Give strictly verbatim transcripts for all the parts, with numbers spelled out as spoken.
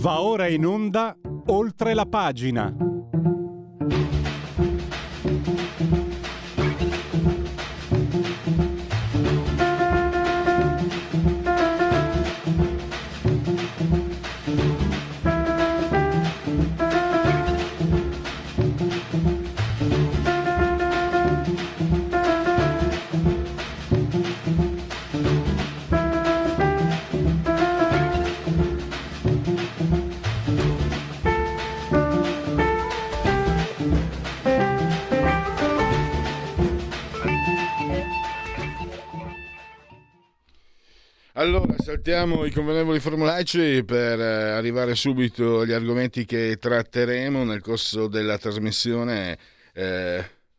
Va ora in onda Oltre la pagina. Allora, saltiamo i convenevoli formulaici per eh, arrivare subito agli argomenti che tratteremo nel corso della trasmissione. Eh,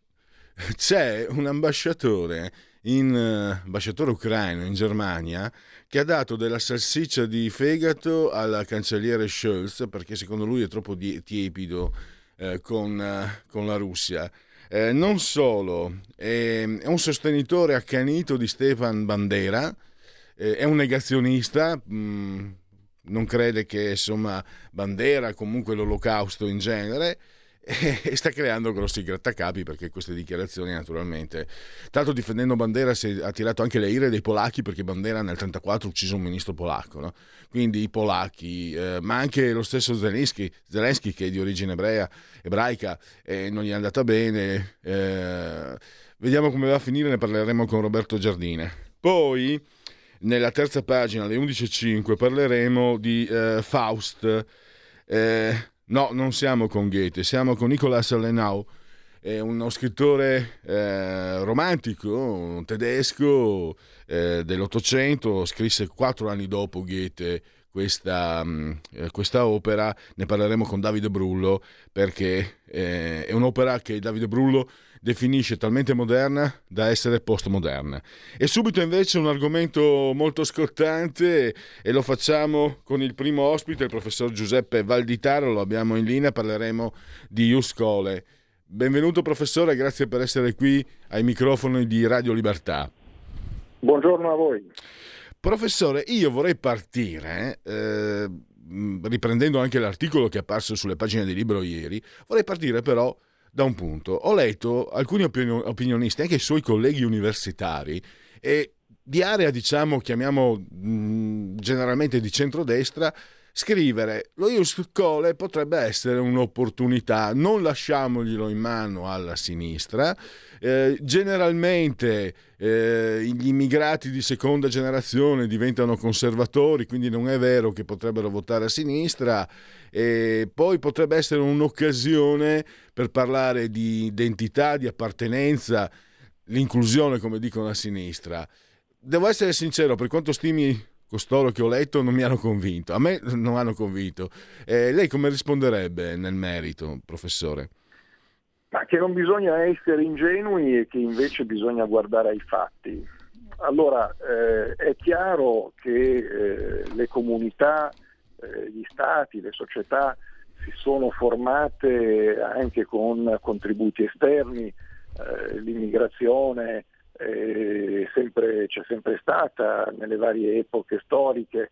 c'è un ambasciatore, in, eh, ambasciatore ucraino in Germania, che ha dato della salsiccia di fegato al cancelliere Scholz perché secondo lui è troppo di- tiepido eh, con, eh, con la Russia. Eh, non solo, è, è un sostenitore accanito di Stepan Bandera. Eh, è un negazionista, mh, non crede che insomma Bandera, comunque l'olocausto in genere, e, e sta creando grossi grattacapi perché queste dichiarazioni naturalmente, tanto difendendo Bandera si è attirato anche le ire dei polacchi perché Bandera nel trentaquattro ha ucciso un ministro polacco, no? Quindi i polacchi, eh, ma anche lo stesso Zelensky, Zelensky che è di origine ebrea, ebraica e non gli è andata bene. Eh, vediamo come va a finire, ne parleremo con Roberto Giardine. Poi nella terza pagina, alle undici e cinque, parleremo di eh, Faust. Eh, no, non siamo con Goethe, siamo con Nicolas Lenau, è uno scrittore eh, romantico, un tedesco eh, dell'Ottocento, scrisse quattro anni dopo Goethe questa, mh, eh, questa opera. Ne parleremo con Davide Brullo perché eh, è un'opera che Davide Brullo definisce talmente moderna da essere postmoderna. E subito invece un argomento molto scottante e lo facciamo con il primo ospite, il professor Giuseppe Valditaro, lo abbiamo in linea, parleremo di Ius Scholae. Benvenuto professore, grazie per essere qui ai microfoni di Radio Libertà. Buongiorno a voi. Professore, io vorrei partire, eh, riprendendo anche l'articolo che è apparso sulle pagine di Libero ieri, vorrei partire però da un punto. Ho letto alcuni opinionisti, anche i suoi colleghi universitari, e di area, diciamo, chiamiamo mh, generalmente di centrodestra, scrivere lo Ius Scholae potrebbe essere un'opportunità, non lasciamoglielo in mano alla sinistra. Eh, generalmente eh, gli immigrati di seconda generazione diventano conservatori, quindi non è vero che potrebbero votare a sinistra, e poi potrebbe essere un'occasione per parlare di identità, di appartenenza, l'inclusione, come dicono a sinistra. Devo essere sincero, per quanto stimi costoro che ho letto, non mi hanno convinto. A me non hanno convinto. Eh, lei come risponderebbe nel merito, professore? Ma che non bisogna essere ingenui e che invece bisogna guardare ai fatti. Allora, eh, è chiaro che eh, le comunità, eh, gli stati, le società si sono formate anche con contributi esterni, eh, l'immigrazione eh, sempre, c'è sempre stata nelle varie epoche storiche,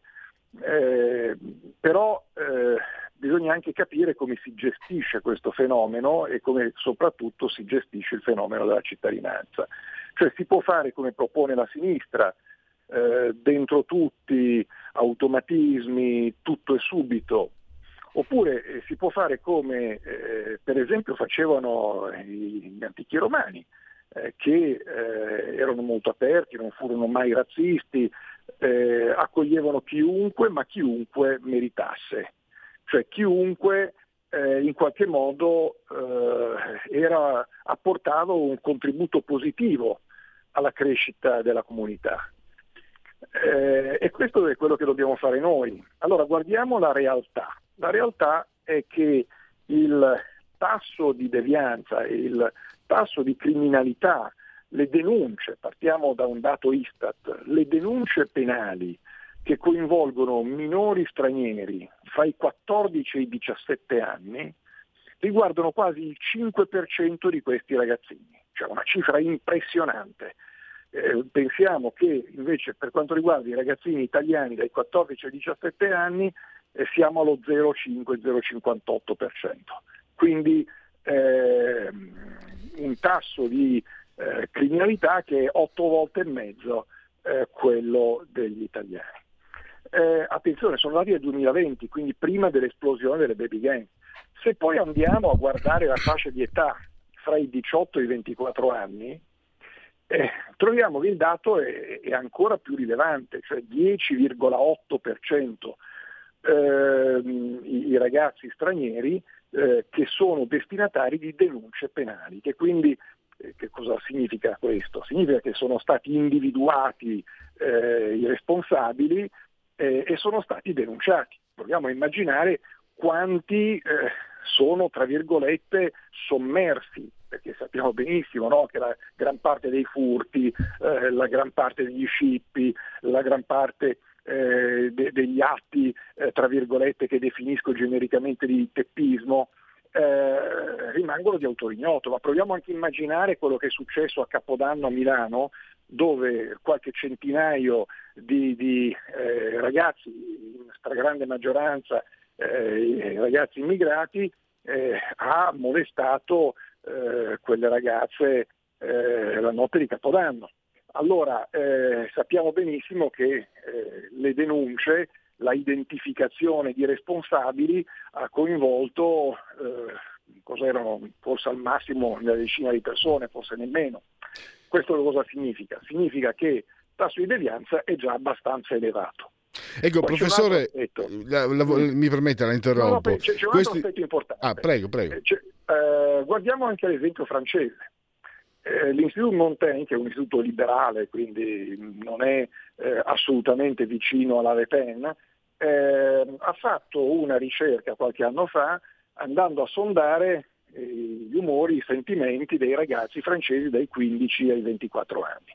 eh, però eh, bisogna anche capire come si gestisce questo fenomeno e come soprattutto si gestisce il fenomeno della cittadinanza. Cioè si può fare come propone la sinistra, eh, dentro tutti automatismi, tutto e subito, oppure eh, si può fare come eh, per esempio facevano gli antichi romani, eh, che eh, erano molto aperti, non furono mai razzisti, eh, accoglievano chiunque, ma chiunque meritasse. Cioè chiunque eh, in qualche modo eh, era, apportava un contributo positivo alla crescita della comunità. Eh, e questo è quello che dobbiamo fare noi. Allora guardiamo la realtà. La realtà è che il tasso di devianza, il tasso di criminalità, le denunce, partiamo da un dato Istat, le denunce penali che coinvolgono minori stranieri fra i quattordici e i diciassette anni riguardano quasi il cinque per cento di questi ragazzini, cioè una cifra impressionante. Eh, pensiamo che invece per quanto riguarda i ragazzini italiani dai quattordici ai diciassette anni e siamo allo zero virgola cinque zero virgola cinquantotto per cento. Quindi eh, un tasso di eh, criminalità che è otto volte e mezzo eh, quello degli italiani. Eh, attenzione, sono dati del duemilaventi, quindi prima dell'esplosione delle baby gang. Se poi andiamo a guardare la fascia di età fra i diciotto e i ventiquattro anni, eh, troviamo che il dato è, è ancora più rilevante, cioè dieci virgola otto per cento eh, i, i ragazzi stranieri eh, che sono destinatari di denunce penali, che quindi eh, che cosa significa questo? Significa che sono stati individuati eh, i responsabili eh, e sono stati denunciati. Proviamo a immaginare quanti eh, sono, tra virgolette, sommersi, perché sappiamo benissimo, no, che la gran parte dei furti, eh, la gran parte degli scippi, la gran parte eh, de- degli atti, eh, tra virgolette, che definisco genericamente di teppismo, eh, rimangono di autore ignoto. Ma proviamo anche a immaginare quello che è successo a Capodanno a Milano, dove qualche centinaio di, di eh, ragazzi, in stragrande maggioranza eh, ragazzi immigrati, eh, ha molestato eh, quelle ragazze eh, la notte di Capodanno. Allora eh, sappiamo benissimo che eh, le denunce, la identificazione di responsabili ha coinvolto eh, cos'erano, forse al massimo una decina di persone, forse nemmeno. Questo cosa significa? Significa che il tasso di devianza è già abbastanza elevato. Ecco, Poi professore, la, la, mi permetta, la interrompo. No, no, c'è, c'è un Questi... altro aspetto importante. Ah, prego, prego. Eh, guardiamo anche l'esempio francese. Eh, L'Istituto Montaigne, che è un istituto liberale, quindi non è eh, assolutamente vicino alla Le Pen, eh, ha fatto una ricerca qualche anno fa andando a sondare eh, gli umori, i sentimenti dei ragazzi francesi dai quindici ai ventiquattro anni.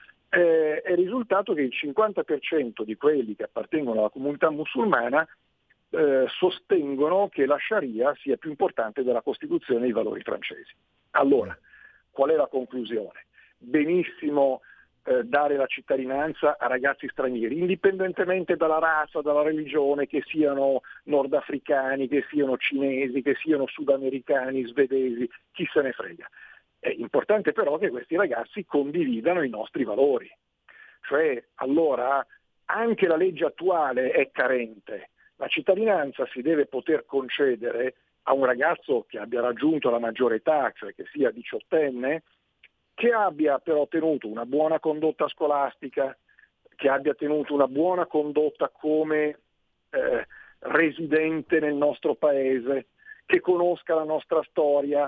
Eh, è risultato che il cinquanta per cento di quelli che appartengono alla comunità musulmana eh, sostengono che la Sharia sia più importante della Costituzione e i valori francesi. Allora, qual è la conclusione? Benissimo eh, dare la cittadinanza a ragazzi stranieri, indipendentemente dalla razza, dalla religione, che siano nordafricani, che siano cinesi, che siano sudamericani, svedesi, chi se ne frega. È importante però che questi ragazzi condividano i nostri valori. Cioè, allora, anche la legge attuale è carente. La cittadinanza si deve poter concedere a un ragazzo che abbia raggiunto la maggiore età, cioè che sia diciottenne, che abbia però tenuto una buona condotta scolastica, che abbia tenuto una buona condotta come eh, residente nel nostro paese, che conosca la nostra storia,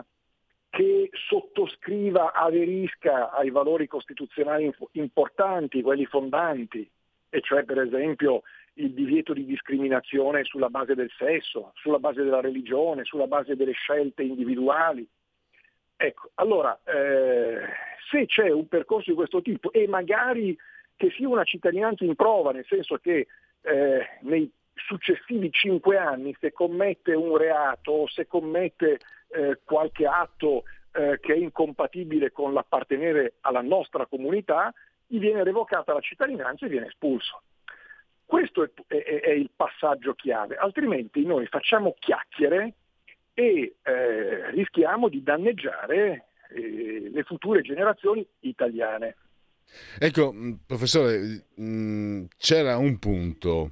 che sottoscriva, aderisca ai valori costituzionali importanti, quelli fondanti, e cioè per esempio il divieto di discriminazione sulla base del sesso, sulla base della religione, sulla base delle scelte individuali. Ecco, allora, eh, se c'è un percorso di questo tipo, e magari che sia una cittadinanza in prova, nel senso che eh, nei successivi cinque anni, se commette un reato o se commette eh, qualche atto eh, che è incompatibile con l'appartenere alla nostra comunità, gli viene revocata la cittadinanza e viene espulso. Questo è, è, è il passaggio chiave, altrimenti noi facciamo chiacchiere e eh, rischiamo di danneggiare eh, le future generazioni italiane. Ecco, professore, mh, c'era un punto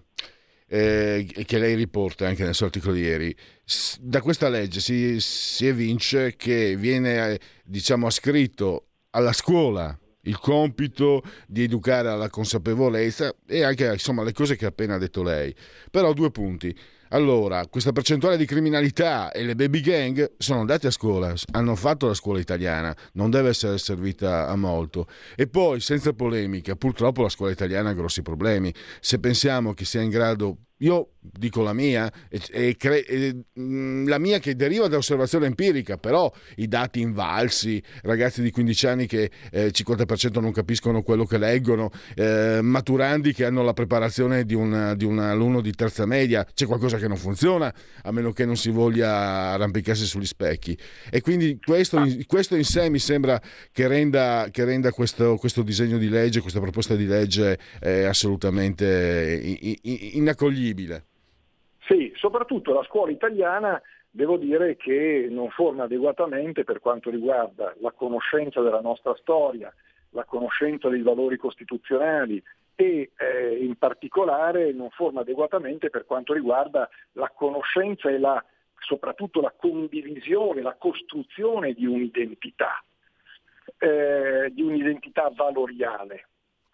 eh, che lei riporta anche nel suo articolo di ieri. Da questa legge si, si evince che viene, eh, diciamo, ascritto alla scuola il compito di educare alla consapevolezza e anche, insomma, le cose che ha appena detto lei. Però due punti. Allora, questa percentuale di criminalità e le baby gang sono andate a scuola, hanno fatto la scuola italiana, non deve essere servita a molto. E poi, senza polemica, purtroppo la scuola italiana ha grossi problemi. Se pensiamo che sia in grado, io dico la mia, e, e cre- e, mh, la mia che deriva da osservazione empirica, però i dati invalsi, ragazzi di quindici anni che eh, cinquanta per cento non capiscono quello che leggono, eh, maturandi che hanno la preparazione di, una, di un alunno di terza media, c'è qualcosa che non funziona, a meno che non si voglia arrampicarsi sugli specchi. E quindi questo, questo in sé mi sembra che renda, che renda questo, questo disegno di legge, questa proposta di legge eh, assolutamente inaccoglibile. Sì, soprattutto la scuola italiana devo dire che non forma adeguatamente per quanto riguarda la conoscenza della nostra storia, la conoscenza dei valori costituzionali e eh, in particolare non forma adeguatamente per quanto riguarda la conoscenza e la, soprattutto la condivisione, la costruzione di un'identità, eh, di un'identità valoriale.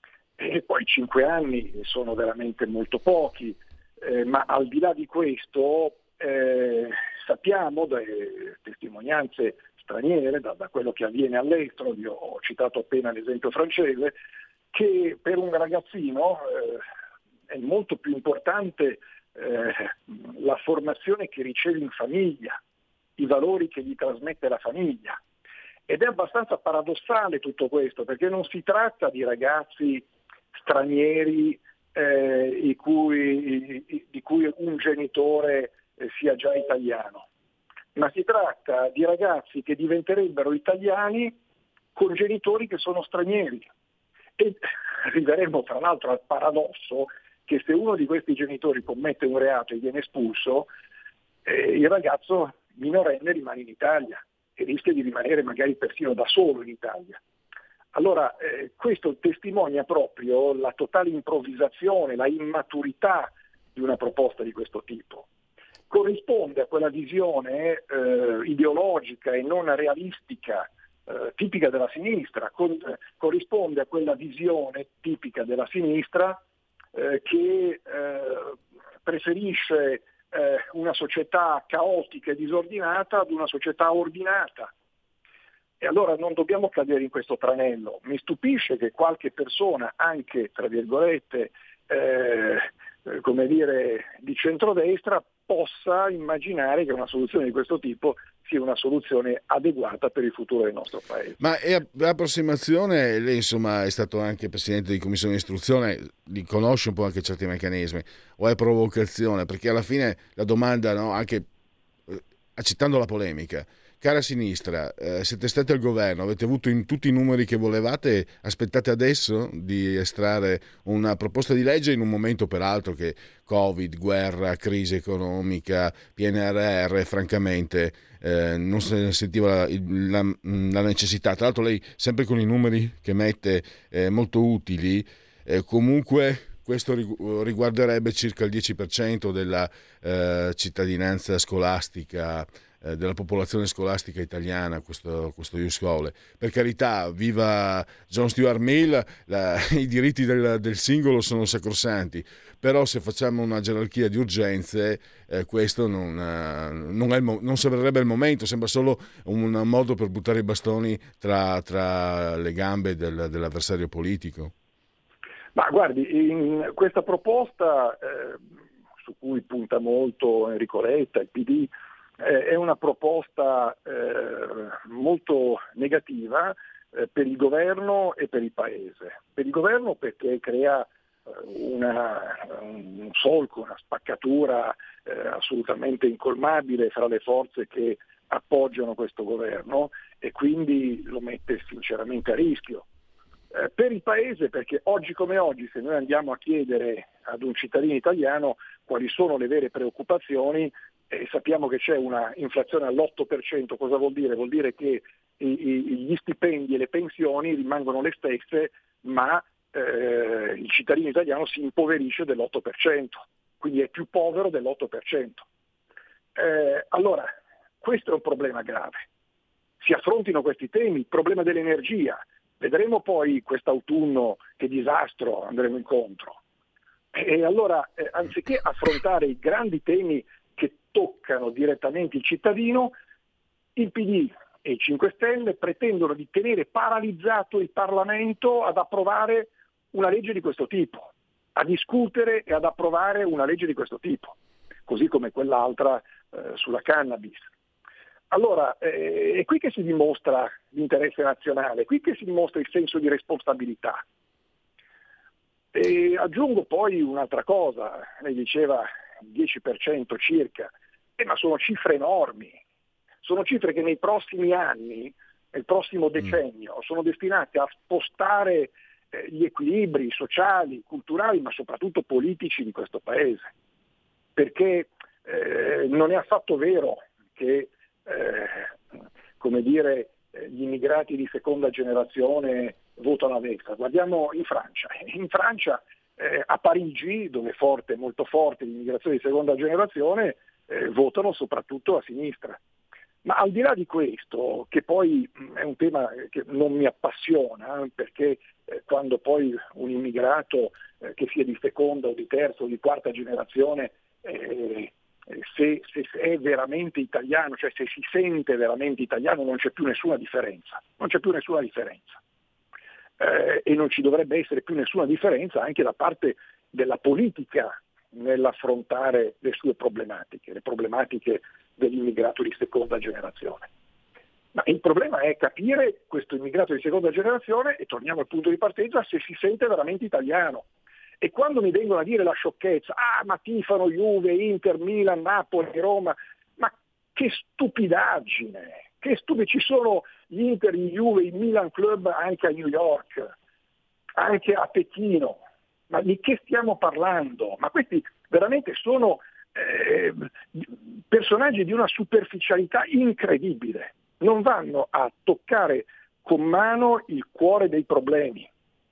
E poi cinque anni sono veramente molto pochi, eh, ma al di là di questo eh, sappiamo dalle testimonianze straniere, da, da quello che avviene all'estero, io ho citato appena l'esempio francese, che per un ragazzino eh, è molto più importante eh, la formazione che riceve in famiglia, i valori che gli trasmette la famiglia. Ed è abbastanza paradossale tutto questo, perché non si tratta di ragazzi stranieri eh, i cui, i, di cui un genitore eh, sia già italiano, ma si tratta di ragazzi che diventerebbero italiani con genitori che sono stranieri. E arriveremo tra l'altro al paradosso che se uno di questi genitori commette un reato e viene espulso, eh, il ragazzo minorenne rimane in Italia e rischia di rimanere magari persino da solo in Italia. Allora, eh, questo testimonia proprio la totale improvvisazione, la immaturità di una proposta di questo tipo. Corrisponde a quella visione eh, ideologica e non realistica eh, tipica della sinistra, con, eh, corrisponde a quella visione tipica della sinistra eh, che eh, preferisce eh, una società caotica e disordinata ad una società ordinata. E allora non dobbiamo cadere in questo tranello. Mi stupisce che qualche persona, anche tra virgolette, eh, come dire, di centrodestra, possa immaginare che una soluzione di questo tipo sia una soluzione adeguata per il futuro del nostro paese. Ma è approssimazione, lei insomma è stato anche presidente di commissione di istruzione, li conosce un po' anche certi meccanismi, o è provocazione? Perché alla fine la domanda, no, anche eh, accettando la polemica, cara sinistra, eh, siete stati al governo, avete avuto in tutti i numeri che volevate, aspettate adesso di estrarre una proposta di legge in un momento peraltro che Covid, guerra, crisi economica, P N R R, francamente eh, non se ne sentiva la, la, la necessità. Tra l'altro lei, sempre con i numeri che mette eh, molto utili, eh, comunque questo riguarderebbe circa il dieci per cento della eh, cittadinanza scolastica, della popolazione scolastica italiana, questo, questo Ius Scholae. Per carità, viva John Stuart Mill, la, i diritti del, del singolo sono sacrosanti, però se facciamo una gerarchia di urgenze eh, questo non, eh, non, è il, non sembrerebbe il momento, sembra solo un modo per buttare i bastoni tra, tra le gambe del, dell'avversario politico. Ma guardi, in questa proposta eh, su cui punta molto Enrico Letta, il P D, è una proposta eh, molto negativa eh, per il governo e per il paese. Per il governo perché crea eh, una, un solco, una spaccatura eh, assolutamente incolmabile fra le forze che appoggiano questo governo e quindi lo mette sinceramente a rischio. Eh, per il paese perché oggi come oggi, se noi andiamo a chiedere ad un cittadino italiano quali sono le vere preoccupazioni, e sappiamo che c'è una inflazione all'otto per cento, cosa vuol dire? Vuol dire che i, i, gli stipendi e le pensioni rimangono le stesse, ma eh, il cittadino italiano si impoverisce dell'otto per cento, quindi è più povero dell'otto per cento. Eh, allora, questo è un problema grave. Si affrontino questi temi, il problema dell'energia. Vedremo poi quest'autunno che disastro andremo incontro. E allora, eh, anziché affrontare i grandi temi che toccano direttamente il cittadino, il P D e i cinque Stelle pretendono di tenere paralizzato il Parlamento ad approvare una legge di questo tipo, a discutere e ad approvare una legge di questo tipo, così come quell'altra eh, sulla cannabis. Allora, eh, è qui che si dimostra l'interesse nazionale, è qui che si dimostra il senso di responsabilità. E aggiungo poi un'altra cosa, lei diceva il dieci per cento circa, eh, ma sono cifre enormi, sono cifre che nei prossimi anni, nel prossimo decennio, sono destinate a spostare eh, gli equilibri sociali, culturali, ma soprattutto politici di questo Paese. Perché eh, non è affatto vero che eh, come dire, gli immigrati di seconda generazione votano a destra. Guardiamo in Francia. In Francia, eh, a Parigi, dove è forte, molto forte l'immigrazione di seconda generazione, eh, votano soprattutto a sinistra. Ma al di là di questo, che poi mh, è un tema che non mi appassiona, perché eh, quando poi un immigrato, eh, che sia di seconda o di terza o di quarta generazione, eh, Se, se è veramente italiano, cioè se si sente veramente italiano, non c'è più nessuna differenza, non c'è più nessuna differenza. Eh, e non ci dovrebbe essere più nessuna differenza anche da parte della politica nell'affrontare le sue problematiche, le problematiche dell'immigrato di seconda generazione. Ma il problema è capire questo immigrato di seconda generazione, e torniamo al punto di partenza, se si sente veramente italiano. E quando mi vengono a dire la sciocchezza, ah ma tifano Juve, Inter, Milan, Napoli, Roma, ma che stupidaggine, che stupido, ci sono gli Inter, gli Juve, i Milan Club anche a New York, anche a Pechino, ma di che stiamo parlando? Ma questi veramente sono eh, personaggi di una superficialità incredibile, non vanno a toccare con mano il cuore dei problemi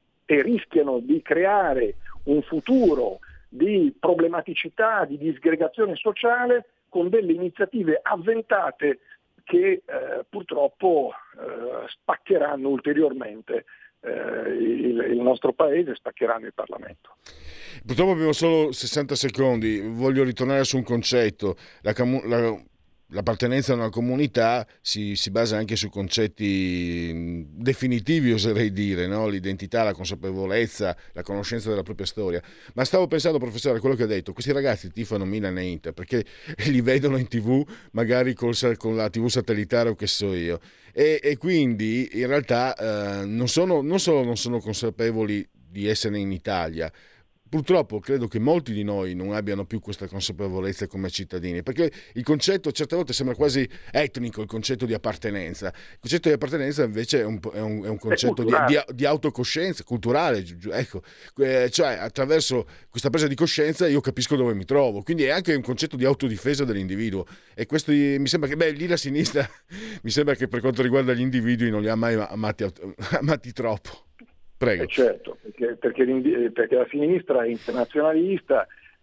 e rischiano di creare un futuro di problematicità, di disgregazione sociale con delle iniziative avventate che eh, purtroppo eh, spaccheranno ulteriormente eh, il, il nostro paese, spaccheranno il Parlamento. Purtroppo abbiamo solo sessanta secondi, voglio ritornare su un concetto. La, la, l'appartenenza a una comunità si, si basa anche su concetti definitivi, oserei dire, no? L'identità, la consapevolezza, la conoscenza della propria storia. Ma stavo pensando, professore, a quello che ha detto, questi ragazzi tifano Milan e Inter perché li vedono in tv, magari col, con la tv satellitare o che so io, e, e quindi in realtà eh, non, sono, non solo non sono consapevoli di essere in Italia. Purtroppo credo che molti di noi non abbiano più questa consapevolezza come cittadini, perché il concetto certe volte sembra quasi etnico, il concetto di appartenenza. Il concetto di appartenenza invece è un, è un, è un concetto di, di, di autocoscienza, culturale, ecco. Cioè attraverso questa presa di coscienza io capisco dove mi trovo, quindi è anche un concetto di autodifesa dell'individuo, e questo mi sembra che, beh, lì la sinistra mi sembra che per quanto riguarda gli individui non li ha mai amati, amati troppo. Prego. Eh certo, perché, perché, perché la sinistra è internazionalista,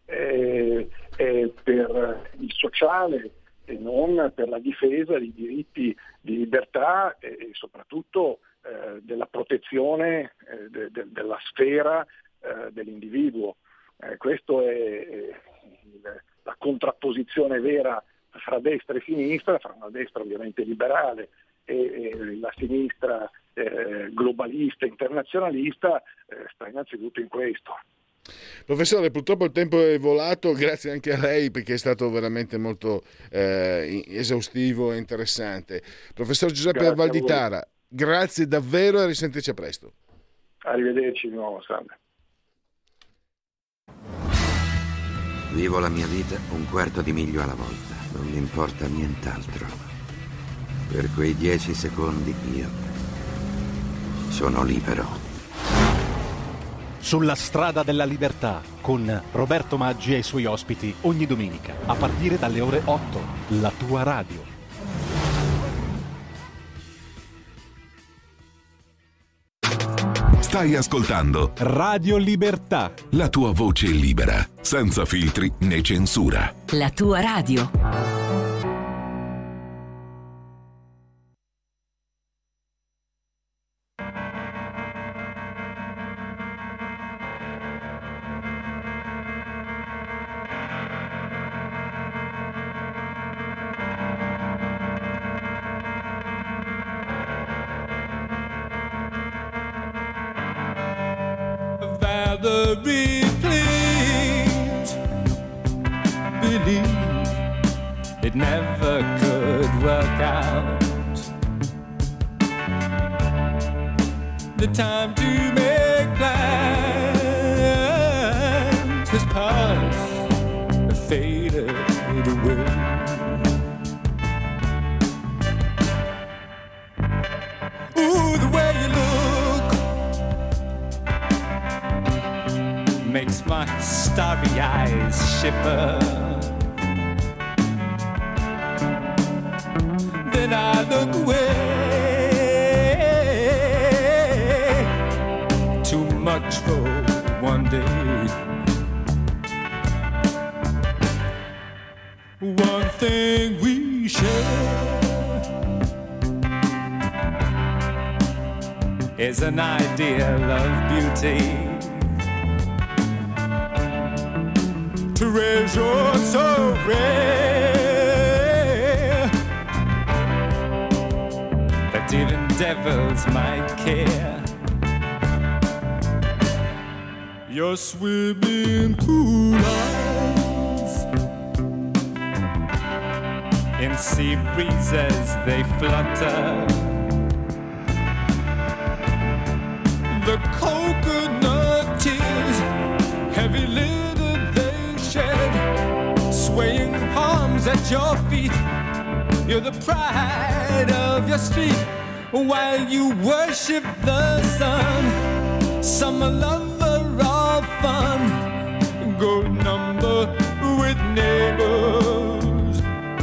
è, è per il sociale e non per la difesa dei diritti di libertà e, e soprattutto eh, della protezione eh, de, de, della sfera eh, dell'individuo. Eh, questo è, è la contrapposizione vera fra destra e sinistra, fra una destra ovviamente liberale e, e la sinistra eh, globalista, internazionalista, eh, sta innanzitutto in questo. Professore, purtroppo il tempo è volato, grazie anche a lei perché è stato veramente molto eh, esaustivo e interessante. Professor Giuseppe Grazie Valditara, grazie davvero e risentirci a presto. Arrivederci di nuovo, Sandra. Vivo la mia vita un quarto di miglio alla volta, non mi importa nient'altro. Per quei dieci secondi io sono libero. Sulla strada della libertà con Roberto Maggi e i suoi ospiti ogni domenica a partire dalle ore otto, la tua radio. Stai ascoltando Radio Libertà, la tua voce libera, senza filtri né censura. La tua radio. It never could work out. The time to make plans has passed, faded away. Ooh, the way you look makes my starry eyes shiver. then I look away. Too much for one day. One thing we share is an ideal of beauty. Treasure so rare that even devils might care. Your swimming pool eyes in sea breezes they flutter. The coconut tears, heavy lidded they shed, swaying palms at your feet. You're the pride of your street while you worship the sun. Summer lover of fun, go number with neighbors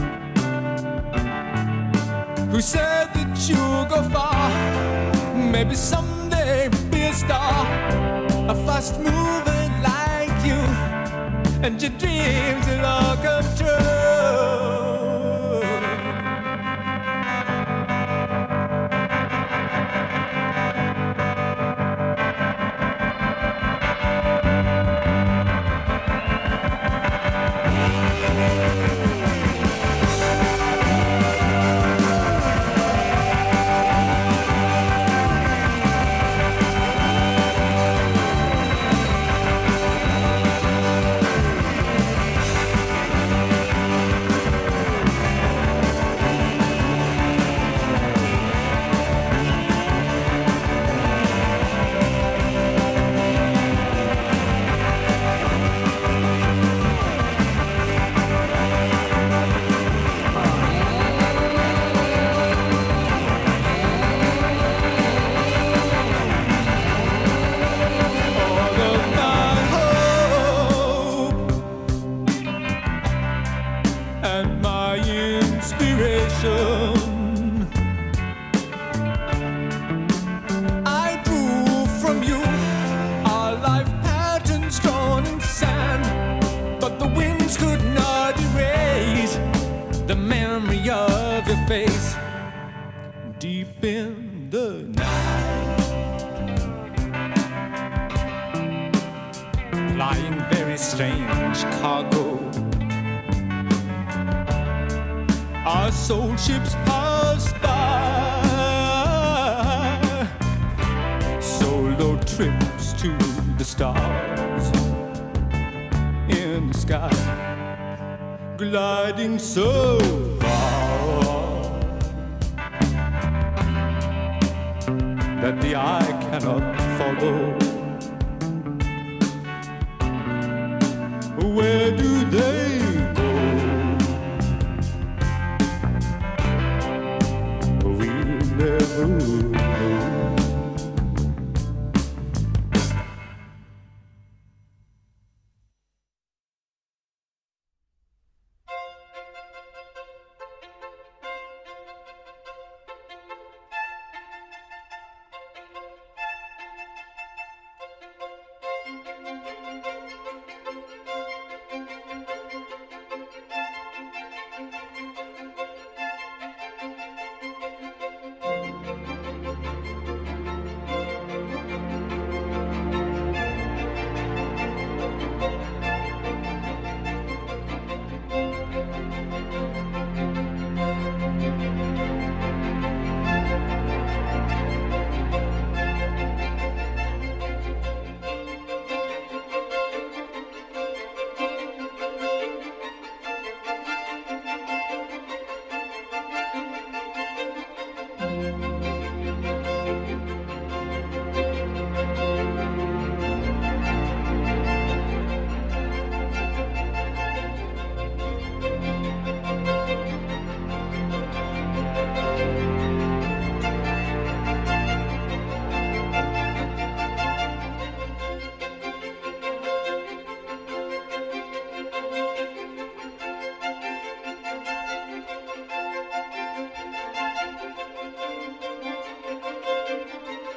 who said that you'll go far, maybe someday be a star, a fast mover like you, and your dreams will all come true. Face deep in the night, flying very strange cargo. Our soul ships pass by, solo trips to the stars in the sky, gliding so far that the eye cannot follow. Where do they go? We'll never know.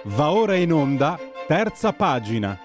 Va ora in onda, terza pagina.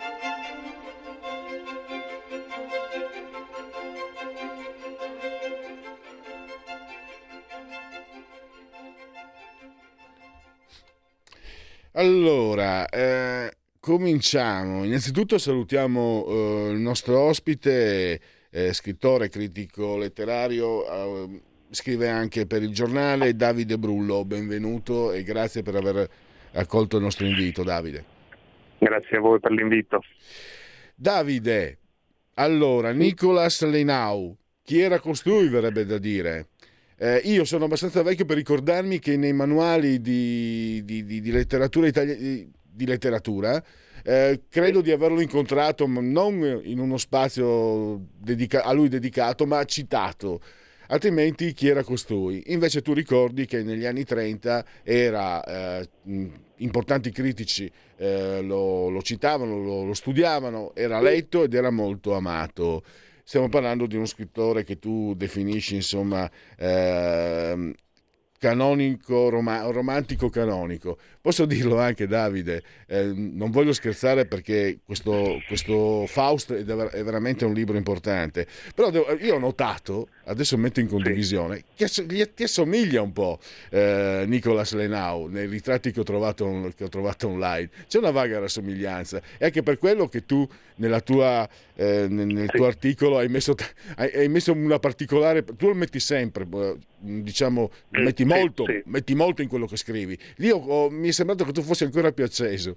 Allora, eh, cominciamo. Innanzitutto salutiamo eh, il nostro ospite, eh, scrittore, critico letterario, eh, scrive anche per il giornale, Davide Brullo. Benvenuto e grazie per aver accolto il nostro invito, Davide. Grazie a voi per l'invito. Davide, allora, Nicolas Lenau, chi era costui, verrebbe da dire? Eh, io sono abbastanza vecchio per ricordarmi che nei manuali di, di, di, di letteratura italiana, di, di letteratura, eh, credo di averlo incontrato, ma non in uno spazio dedica- a lui dedicato, ma citato. Altrimenti chi era costui? Invece tu ricordi che negli anni trenta era, eh, importanti critici eh, lo, lo citavano, lo, lo studiavano, era letto ed era molto amato. Stiamo parlando di uno scrittore che tu definisci, insomma, eh, canonico, rom- romantico canonico. Posso dirlo anche, Davide, eh, non voglio scherzare perché questo, questo Faust è, dav- è veramente un libro importante, però devo, io ho notato, adesso metto in condivisione, che ass- gli, ti assomiglia un po' eh, Nicolas Lenau nei ritratti che ho, trovato, che ho trovato online. C'è una vaga rassomiglianza, e anche per quello che tu nella tua, eh, nel, nel tuo articolo hai messo, hai, hai messo una particolare, tu lo metti sempre, diciamo, metti molto, sì, sì. metti molto in quello che scrivi. Lì ho, ho, mi è sembrato che tu fossi ancora più acceso.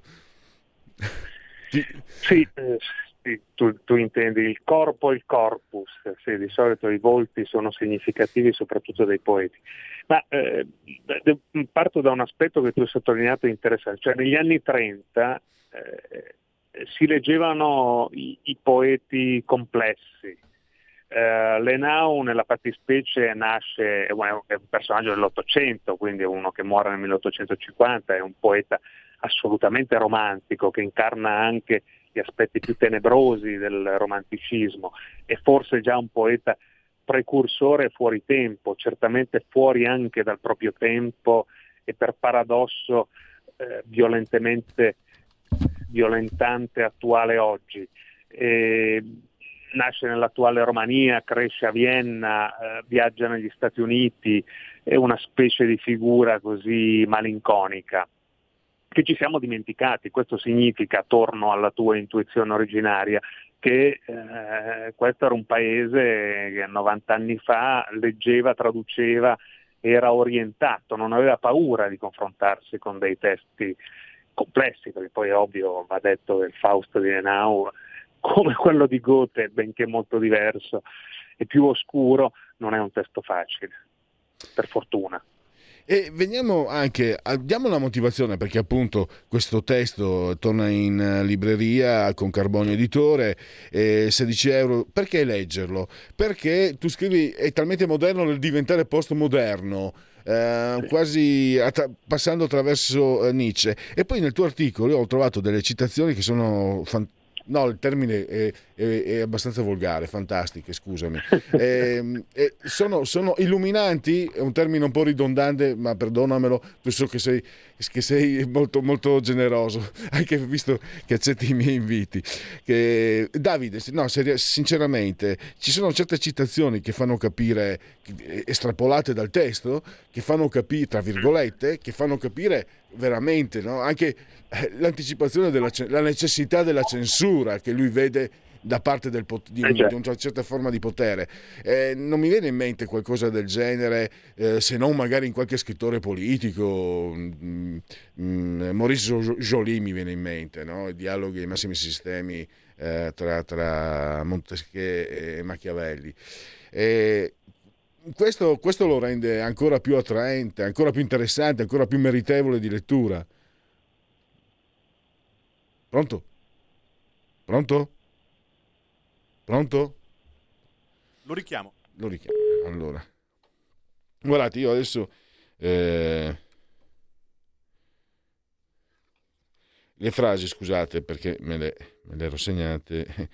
Ti... Sì, eh, sì tu, tu intendi il corpo e il corpus. Sì, di solito i volti sono significativi soprattutto dei poeti. Ma eh, parto da un aspetto che tu hai sottolineato interessante, cioè negli anni trenta eh, si leggevano i, i poeti complessi. Uh, Lenau nella fattispecie nasce, è un, è un personaggio dell'Ottocento, quindi è uno che muore nel milleottocentocinquanta, è un poeta assolutamente romantico che incarna anche gli aspetti più tenebrosi del romanticismo, è forse già un poeta precursore fuori tempo, certamente fuori anche dal proprio tempo e per paradosso eh, violentemente violentante attuale oggi. E, nasce nell'attuale Romania, cresce a Vienna, eh, viaggia negli Stati Uniti, è una specie di figura così malinconica che ci siamo dimenticati. Questo significa, torno alla tua intuizione originaria, che eh, questo era un paese che novanta anni fa leggeva, traduceva, era orientato, non aveva paura di confrontarsi con dei testi complessi, perché poi è ovvio, va detto che il Faust di Lenau, come quello di Goethe, benché molto diverso e più oscuro, non è un testo facile, per fortuna. E veniamo anche, diamo una motivazione, perché appunto questo testo torna in libreria con Carbonio Editore, eh, sedici euro. Perché leggerlo? Perché tu scrivi, è talmente moderno nel diventare postmoderno, eh, sì. quasi att- passando attraverso eh, Nietzsche. E poi nel tuo articolo ho trovato delle citazioni che sono fantastiche. No, il termine è, è, è abbastanza volgare, fantastiche, scusami. E, e sono, sono illuminanti, è un termine un po' ridondante, ma perdonamelo, tu so che sei, che sei molto, molto generoso, anche visto che accetti i miei inviti. Che, Davide, no, sinceramente, ci sono certe citazioni che fanno capire, estrapolate dal testo, che fanno capire, tra virgolette, che fanno capire veramente, no? Anche l'anticipazione della la necessità della censura che lui vede da parte del, di, un, di una certa forma di potere. Eh, non mi viene in mente qualcosa del genere, eh, se non magari in qualche scrittore politico. mm, mm, Maurice Joly mi viene in mente, no? I dialoghi ai massimi sistemi eh, tra, tra Montesquieu e Machiavelli. Eh, questo, questo lo rende ancora più attraente, ancora più interessante, ancora più meritevole di lettura. Pronto? Pronto? Pronto? Lo richiamo. Lo richiamo. Allora, guardate, io adesso eh, le frasi, scusate, perché me le, me le ero segnate.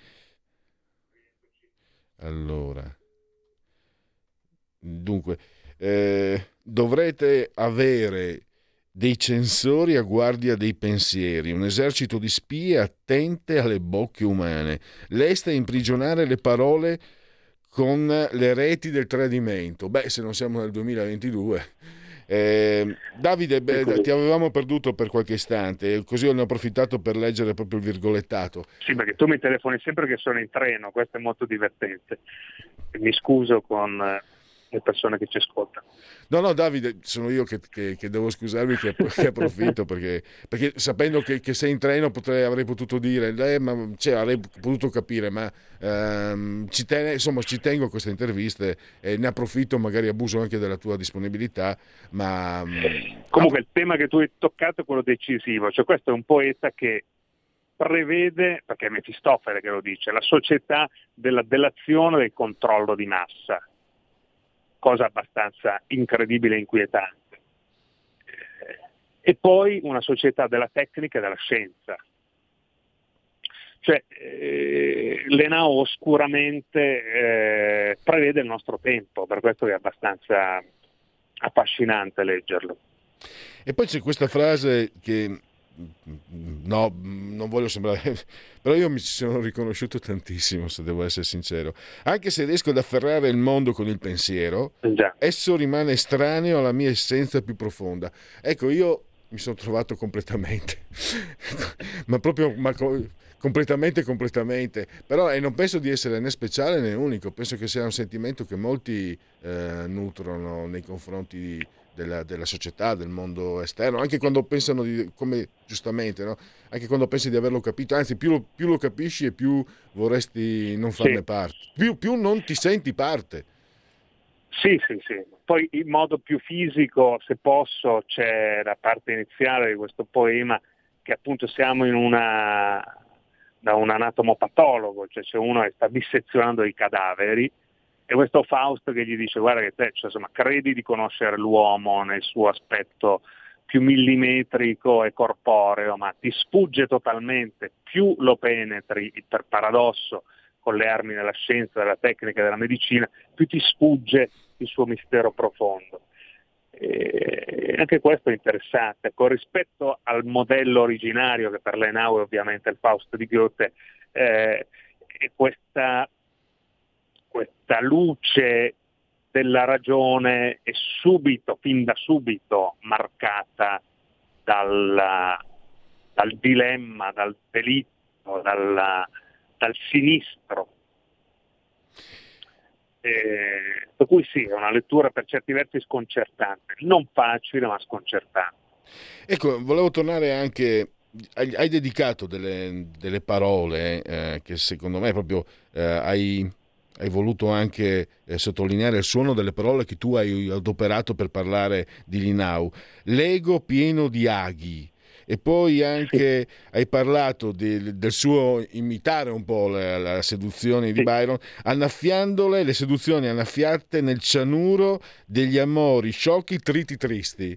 Allora, dunque, eh, dovrete avere dei censori a guardia dei pensieri, un esercito di spie attente alle bocche umane. Lei sta a imprigionare le parole con le reti del tradimento. Beh, se non siamo nel duemilaventidue. Eh, Davide, beh, ti avevamo perduto per qualche istante, così ne ho approfittato per leggere proprio il virgolettato. Sì, perché tu mi telefoni sempre che sono in treno, questo è molto divertente. Mi scuso con le persone che ci ascoltano. No, no, Davide, sono io che, che, che devo scusarmi, che, che approfitto, perché, perché sapendo che, che sei in treno potrei, avrei potuto dire, eh, ma, cioè, avrei potuto capire, ma ehm, ci, ten- insomma, ci tengo a queste interviste e ne approfitto, magari abuso anche della tua disponibilità, ma... Comunque ah, il tema che tu hai toccato è quello decisivo, cioè questo è un poeta che prevede, perché è Mefistofele che lo dice, la società della delazione e del controllo di massa. Cosa abbastanza incredibile e inquietante. E poi una società della tecnica e della scienza. Cioè, eh, Lenao oscuramente eh, prevede il nostro tempo, per questo è abbastanza affascinante leggerlo. E poi c'è questa frase che, no, non voglio sembrare, però io mi ci sono riconosciuto tantissimo, se devo essere sincero. Anche se riesco ad afferrare il mondo con il pensiero, Già. esso rimane estraneo alla mia essenza più profonda. Ecco, io mi sono trovato completamente, ma proprio ma completamente, completamente. Però e non penso di essere né speciale né unico, penso che sia un sentimento che molti eh, nutrono nei confronti di Della, della società, del mondo esterno, anche quando pensano di, come giustamente, no? Anche quando pensi di averlo capito, anzi più lo, più lo capisci e più vorresti non farne sì. parte, più, più non ti senti parte. Sì, sì, sì. Poi in modo più fisico, se posso, c'è la parte iniziale di questo poema che appunto siamo in una da un anatomopatologo, cioè c'è uno che sta dissezionando i cadaveri. E questo Faust che gli dice: guarda che te, cioè, insomma, credi di conoscere l'uomo nel suo aspetto più millimetrico e corporeo, ma ti sfugge totalmente, più lo penetri, per paradosso, con le armi della scienza, della tecnica e della medicina, più ti sfugge il suo mistero profondo. E anche questo è interessante. Con rispetto al modello originario, che per Lenau è ovviamente il Faust di Goethe, eh, è questa questa luce della ragione è subito, fin da subito, marcata dal, dal dilemma, dal delitto, dal, dal sinistro. Eh, per cui sì, è una lettura per certi versi sconcertante, non facile ma sconcertante. Ecco, volevo tornare anche... Hai, hai dedicato delle, delle parole eh, che secondo me proprio eh, hai... hai voluto anche eh, sottolineare il suono delle parole che tu hai adoperato per parlare di Linau. L'ego pieno di aghi. E poi anche hai parlato di, del suo imitare un po' la, la seduzione di Byron, annaffiandole, le seduzioni annaffiate nel cianuro degli amori sciocchi, triti, tristi.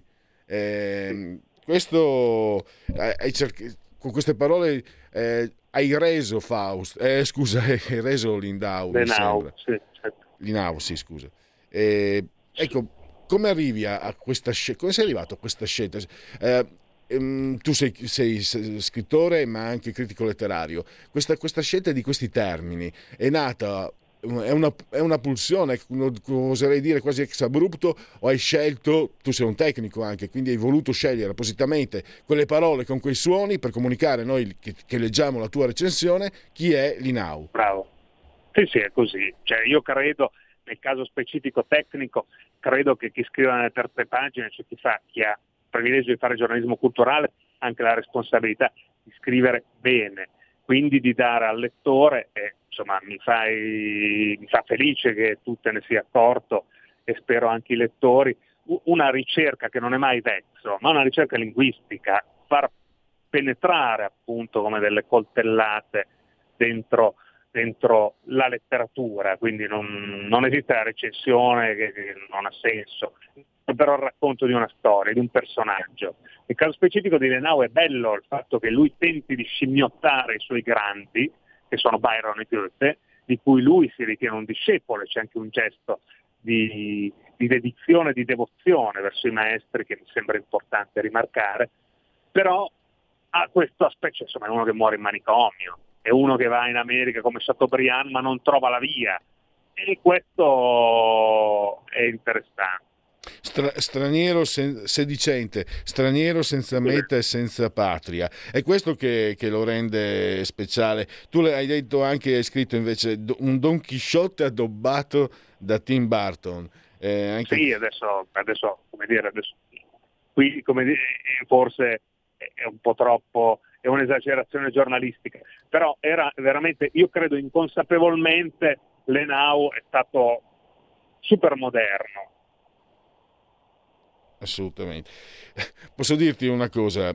Eh, questo hai cercato, con queste parole eh, hai reso Faust, eh, scusa, hai reso Lindau, mi sembra. Sì, certo. Linau, sì, scusa. Eh, ecco, come arrivi a, a questa scelta? Come sei arrivato a questa scelta? Eh, ehm, tu sei, sei scrittore, ma anche critico letterario. Questa, questa scelta di questi termini è nata... È una, è una pulsione, oserei dire quasi ex abrupto, o hai scelto, tu sei un tecnico anche, quindi hai voluto scegliere appositamente quelle parole con quei suoni per comunicare noi che, che leggiamo la tua recensione chi è Linau. Bravo. Sì, sì, è così. Cioè, io credo, nel caso specifico tecnico, credo che chi scrive nelle terze pagine, cioè chi, fa, chi ha il privilegio di fare giornalismo culturale, ha anche la responsabilità di scrivere bene, quindi di dare al lettore, e insomma mi, fai, mi fa felice che tu te ne sia accorto e spero anche i lettori, una ricerca che non è mai vezzo, ma una ricerca linguistica, far penetrare appunto come delle coltellate dentro, dentro la letteratura, quindi non, non esiste la recensione che, che non ha senso, però il racconto di una storia, di un personaggio. Nel caso specifico di Lenau è bello il fatto che lui tenti di scimmiottare i suoi grandi, che sono Byron e Goethe, di cui lui si ritiene un discepolo, c'è anche un gesto di, di dedizione, di devozione verso i maestri, che mi sembra importante rimarcare, però ha questo aspetto, insomma è uno che muore in manicomio, è uno che va in America come Chateaubriand ma non trova la via, e questo è interessante. Stra- straniero sen- sedicente, straniero senza meta e senza patria, è questo che, che lo rende speciale. Tu hai detto anche, hai scritto invece un Don Chisciotte addobbato da Tim Burton. Eh, anche... Sì, adesso, adesso come dire, adesso, qui come dire, forse è un po' troppo, è un'esagerazione giornalistica, però era veramente, io credo inconsapevolmente, Lenau è stato super moderno. Assolutamente. Posso dirti una cosa,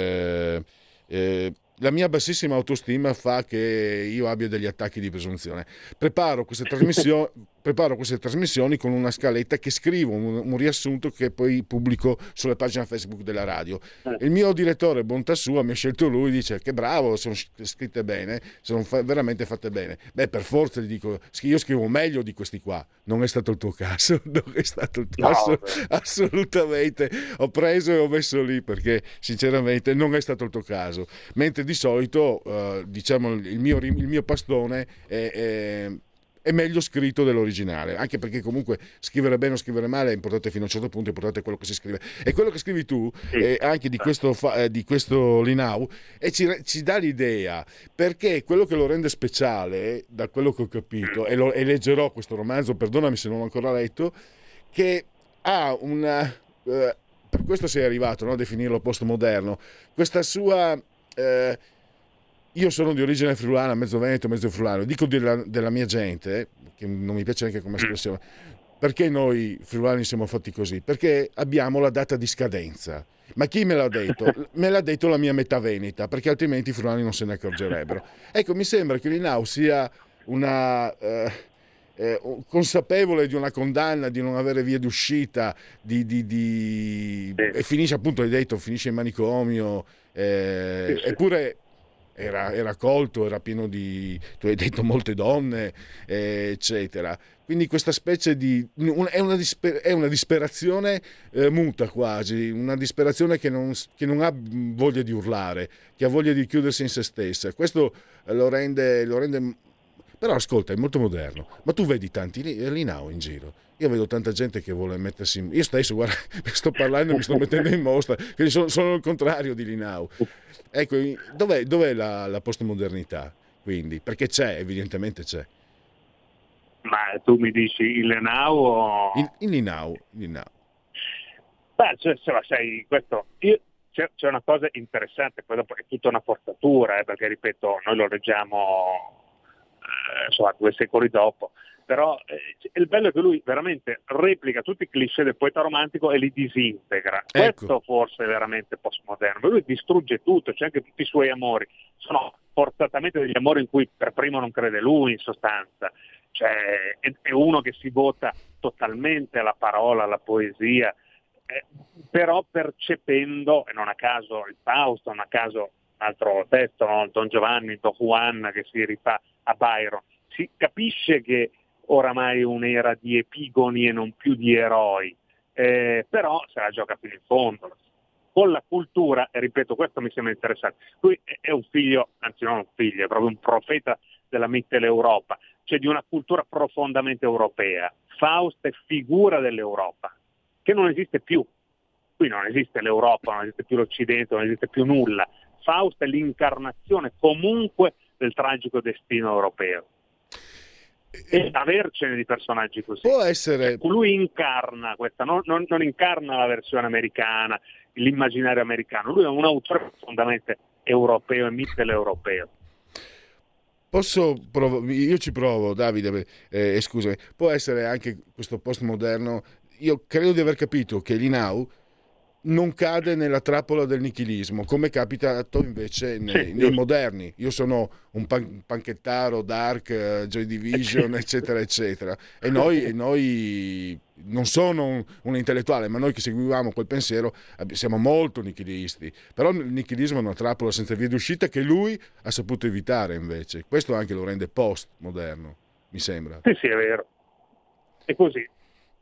eh, eh, la mia bassissima autostima fa che io abbia degli attacchi di presunzione. Preparo queste trasmissioni, preparo queste trasmissioni con una scaletta che scrivo, un, un riassunto che poi pubblico sulla pagina Facebook della radio. Il mio direttore, bontà sua, mi ha scelto lui, dice che bravo, sono scritte bene, sono fa- veramente fatte bene. Beh, per forza gli dico, io scrivo meglio di questi qua. Non è stato il tuo caso, non è stato il tuo no, caso, assolutamente. Ho preso e ho messo lì perché sinceramente non è stato il tuo caso. Mentre di solito, eh, diciamo, il mio, il mio pastone è, è è meglio scritto dell'originale, anche perché comunque scrivere bene o scrivere male è importante fino a un certo punto, è importante quello che si scrive, e quello che scrivi tu eh, anche di questo, fa, eh, di questo Linau, e ci, ci dà l'idea, perché quello che lo rende speciale, da quello che ho capito, e, lo, e leggerò questo romanzo, perdonami se non l'ho ancora letto, che ha una eh, per questo sei arrivato, no, a definirlo postmoderno, questa sua eh, io sono di origine friulana, mezzo veneto, mezzo friulano. Dico della, della mia gente, che non mi piace neanche come espressione, perché noi friulani siamo fatti così? Perché abbiamo la data di scadenza. Ma chi me l'ha detto? Me l'ha detto la mia metà veneta, perché altrimenti i friulani non se ne accorgerebbero. Ecco, mi sembra che Linau sia una... Eh, eh, consapevole di una condanna, di non avere via d'uscita, di, di, di... e finisce, appunto, hai detto, finisce in manicomio, eh, eppure... Era, era colto, era pieno di, tu hai detto, molte donne, eh, eccetera. Quindi questa specie di un, è, una disper, è una disperazione eh, muta quasi, una disperazione che non, che non ha voglia di urlare, che ha voglia di chiudersi in se stessa. Questo lo rende, lo rende. Però ascolta, è molto moderno. Ma tu vedi tanti Linau in giro. Io vedo tanta gente che vuole mettersi in... Io stesso, guarda, sto parlando e mi sto mettendo in mostra, che sono, sono il contrario di Linau. Ecco, dov'è, dov'è la, la postmodernità, quindi? Perché c'è, evidentemente c'è. Ma tu mi dici il Linau o... Il, il Linau, il Linau. Beh, cioè, sai, questo... Io... C'è, c'è una cosa interessante, poi dopo è tutta una forzatura, eh, perché, ripeto, noi lo leggiamo... Eh, insomma, due secoli dopo, però eh, il bello è che lui veramente replica tutti i cliché del poeta romantico e li disintegra. Ecco. Questo forse è veramente postmoderno. Lui distrugge tutto, cioè anche tutti i suoi amori sono forzatamente degli amori in cui per primo non crede lui, in sostanza. Cioè, è, è uno che si vota totalmente alla parola, alla poesia, eh, però percependo, e non a caso il Fausto, non a caso altro testo, no? Don Giovanni, Don Juan, che si rifà a Byron. Si capisce che oramai è un'era di epigoni e non più di eroi, eh, però se la gioca fino in fondo. Con la cultura, e ripeto, questo mi sembra interessante, lui è un figlio, anzi non un figlio, è proprio un profeta della Mitteleuropa, cioè di una cultura profondamente europea. Faust è figura dell'Europa, che non esiste più. Qui non esiste l'Europa, non esiste più l'Occidente, non esiste più nulla. Faust è l'incarnazione comunque del tragico destino europeo. E avercene di personaggi così. Può essere. Lui incarna questa, non, non, non incarna la versione americana, l'immaginario americano. Lui è un autore profondamente europeo e mitteleuropeo. Posso provo- io ci provo, Davide, eh, scusami. Può essere anche questo postmoderno. Io credo di aver capito che Linau non cade nella trappola del nichilismo, come capita invece nei, sì, nei moderni. Io sono un pan- panchettaro, Dark, uh, Joy Division, eccetera, eccetera. E noi, e noi non sono un, un intellettuale, ma noi che seguivamo quel pensiero siamo molto nichilisti. Però il nichilismo è una trappola senza via d'uscita che lui ha saputo evitare invece. Questo anche lo rende post-moderno, mi sembra. Sì, sì, è vero. È così.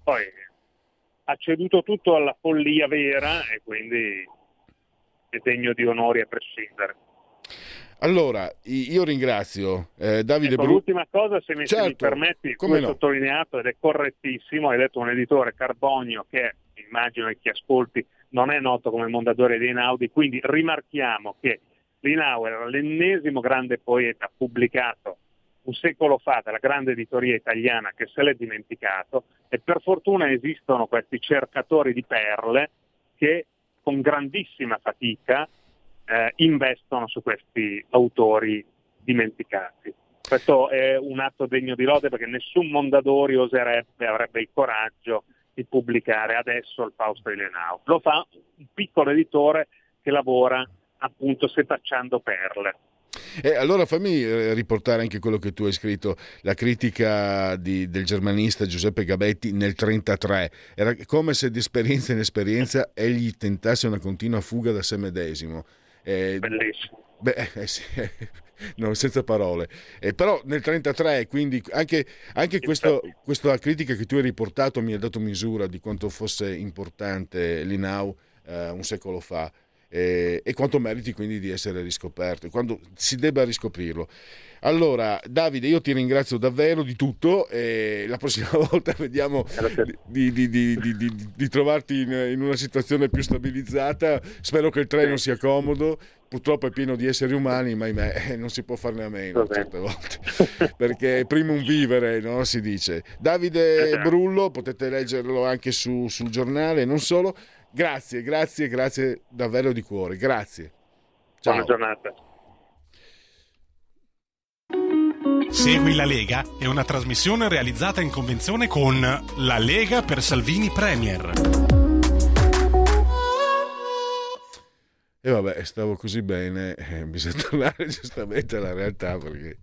Poi ha ceduto tutto alla follia vera e quindi è degno di onori a prescindere. Allora, io ringrazio eh, Davide ecco, Bru... l'ultima cosa, se mi, certo, se mi permetti, tu come hai no. sottolineato, ed è correttissimo, hai detto un editore Carbonio che immagino che chi ascolti non è noto come Mondadori di Einaudi, quindi rimarchiamo che Linau era l'ennesimo grande poeta pubblicato un secolo fa dalla grande editoria italiana che se l'è dimenticato, e per fortuna esistono questi cercatori di perle che con grandissima fatica eh, investono su questi autori dimenticati. Questo è un atto degno di lode, perché nessun Mondadori oserebbe, avrebbe il coraggio di pubblicare adesso il Fausto di Lenau. Lo fa un piccolo editore che lavora appunto setacciando perle. E allora fammi riportare anche quello che tu hai scritto, la critica di, del germanista Giuseppe Gabetti nel trentatré. Era come se di esperienza in esperienza egli tentasse una continua fuga da sé medesimo. Eh, Bellissimo. Beh, eh, sì, no, senza parole. Eh, però nel trentatré, quindi anche, anche questo, questa critica che tu hai riportato mi ha dato misura di quanto fosse importante Linau eh, un secolo fa. E, e quanto meriti quindi di essere riscoperto, quando si debba riscoprirlo. Allora Davide, io ti ringrazio davvero di tutto e la prossima volta vediamo di, di, di, di, di, di trovarti in, in una situazione più stabilizzata. Spero che il treno sia comodo, purtroppo è pieno di esseri umani, ma ahimè non si può farne a meno certe volte perché primum vivere, no? Si dice. Davide Brullo, potete leggerlo anche su, sul giornale, non solo. Grazie, grazie, grazie davvero di cuore, grazie. Ciao. Buona giornata. Segui la Lega è una trasmissione realizzata in convenzione con La Lega per Salvini Premier. E vabbè, stavo così bene, eh, bisogna tornare giustamente alla realtà, perché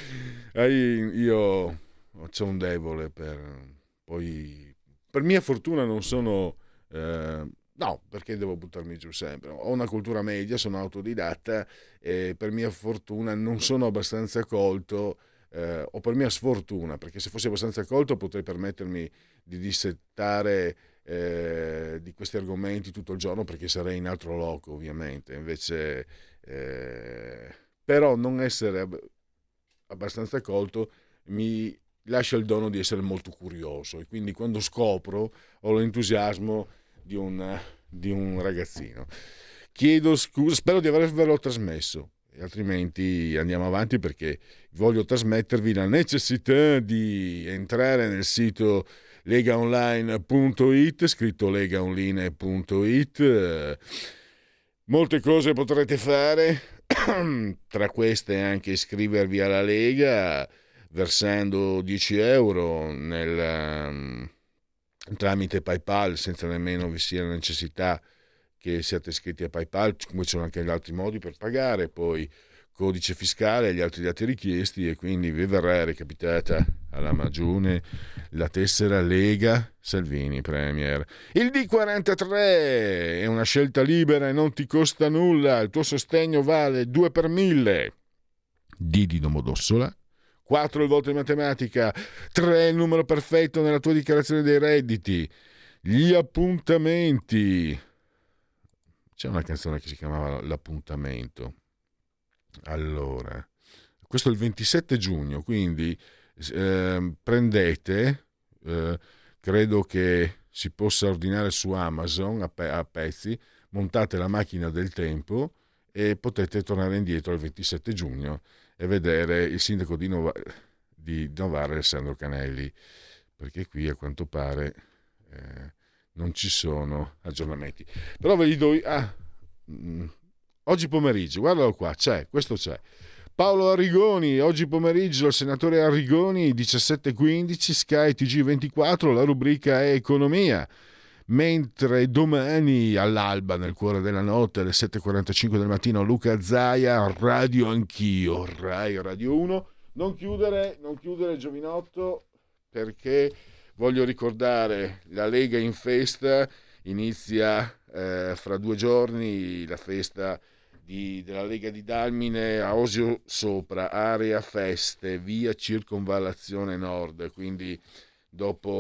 io c'ho un debole per poi, per mia fortuna non sono eh, no, perché devo buttarmi giù sempre, ho una cultura media, sono autodidatta e per mia fortuna non sono abbastanza colto, eh, o per mia sfortuna, perché se fossi abbastanza colto potrei permettermi di dissettare eh, di questi argomenti tutto il giorno, perché sarei in altro loco ovviamente. Invece eh, però non essere abbastanza colto mi lascia il dono di essere molto curioso, e quindi quando scopro ho l'entusiasmo di un, di un ragazzino. Chiedo scusa, spero di avervelo trasmesso, e altrimenti andiamo avanti, perché voglio trasmettervi la necessità di entrare nel sito legaonline punto it, scritto legaonline punto it. Molte cose potrete fare, tra queste anche iscrivervi alla Lega versando dieci euro nel, um, tramite PayPal, senza nemmeno vi sia la necessità che siate iscritti a PayPal, come ci sono anche gli altri modi per pagare, poi codice fiscale e gli altri dati richiesti, e quindi vi verrà recapitata alla magione la tessera Lega Salvini Premier. Il D quarantatré è una scelta libera e non ti costa nulla, il tuo sostegno vale due per mille. D di Domodossola, quattro il voto in matematica, tre il numero perfetto nella tua dichiarazione dei redditi, gli appuntamenti. C'è una canzone che si chiamava L'appuntamento. Allora, questo è il ventisette giugno, quindi eh, prendete, eh, credo che si possa ordinare su Amazon a, pe- a pezzi, montate la macchina del tempo e potete tornare indietro al ventisette giugno e vedere il sindaco di, Nova- di Novara, Alessandro Canelli, perché qui a quanto pare eh, non ci sono aggiornamenti. Però ve li do... Ah, mh, oggi pomeriggio, guardalo qua, c'è, questo c'è. Paolo Arrigoni, oggi pomeriggio il senatore Arrigoni, diciassette e quindici, Sky T G ventiquattro, la rubrica è Economia. Mentre domani all'alba, nel cuore della notte, alle sette e quarantacinque del mattino, Luca Zaia, Radio Anch'io, Rai Radio uno. Non chiudere, non chiudere Giovinotto, perché voglio ricordare la Lega in festa, inizia eh, fra due giorni la festa di, della Lega di Dalmine a Osio Sopra, area feste, via Circonvallazione Nord, quindi dopo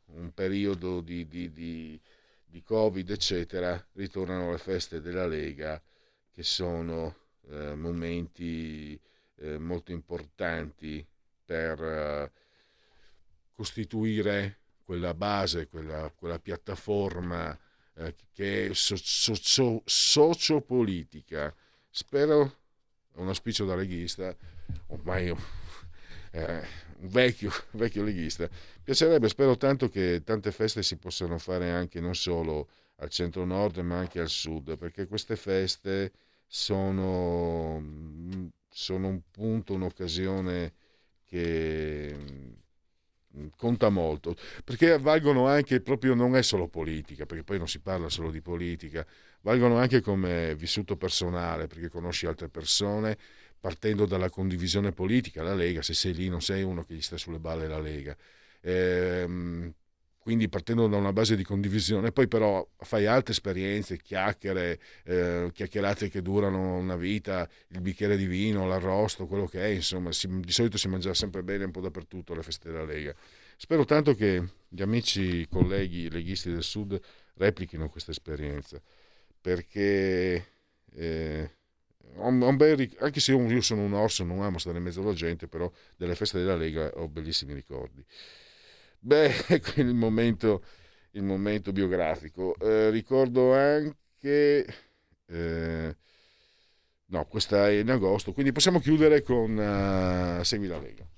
un periodo di, di, di, di Covid, eccetera, ritornano le feste della Lega, che sono eh, momenti eh, molto importanti per eh, costituire quella base, quella, quella piattaforma eh, che è so, so, so, sociopolitica. Spero, un auspicio da leghista, ormai eh, un vecchio, vecchio leghista, piacerebbe, spero tanto che tante feste si possano fare anche non solo al centro-nord ma anche al sud, perché queste feste sono, sono un punto, un'occasione che conta molto, perché valgono anche, proprio non è solo politica, perché poi non si parla solo di politica, valgono anche come vissuto personale, perché conosci altre persone partendo dalla condivisione politica. La Lega, se sei lì non sei uno che gli sta sulle balle la Lega, ehm, quindi partendo da una base di condivisione, poi però fai altre esperienze, chiacchiere, eh, chiacchierate che durano una vita, il bicchiere di vino, l'arrosto, quello che è, insomma, si, di solito si mangia sempre bene un po' dappertutto alle feste della Lega. Spero tanto che gli amici, colleghi leghisti del Sud replichino questa esperienza, perché eh, ho un bel, anche se io sono un orso, non amo stare in mezzo alla gente, però delle feste della Lega ho bellissimi ricordi. Beh, ecco il momento, il momento biografico. Eh, ricordo anche, eh, no, questa è in agosto, quindi possiamo chiudere con uh, Segui la Lega.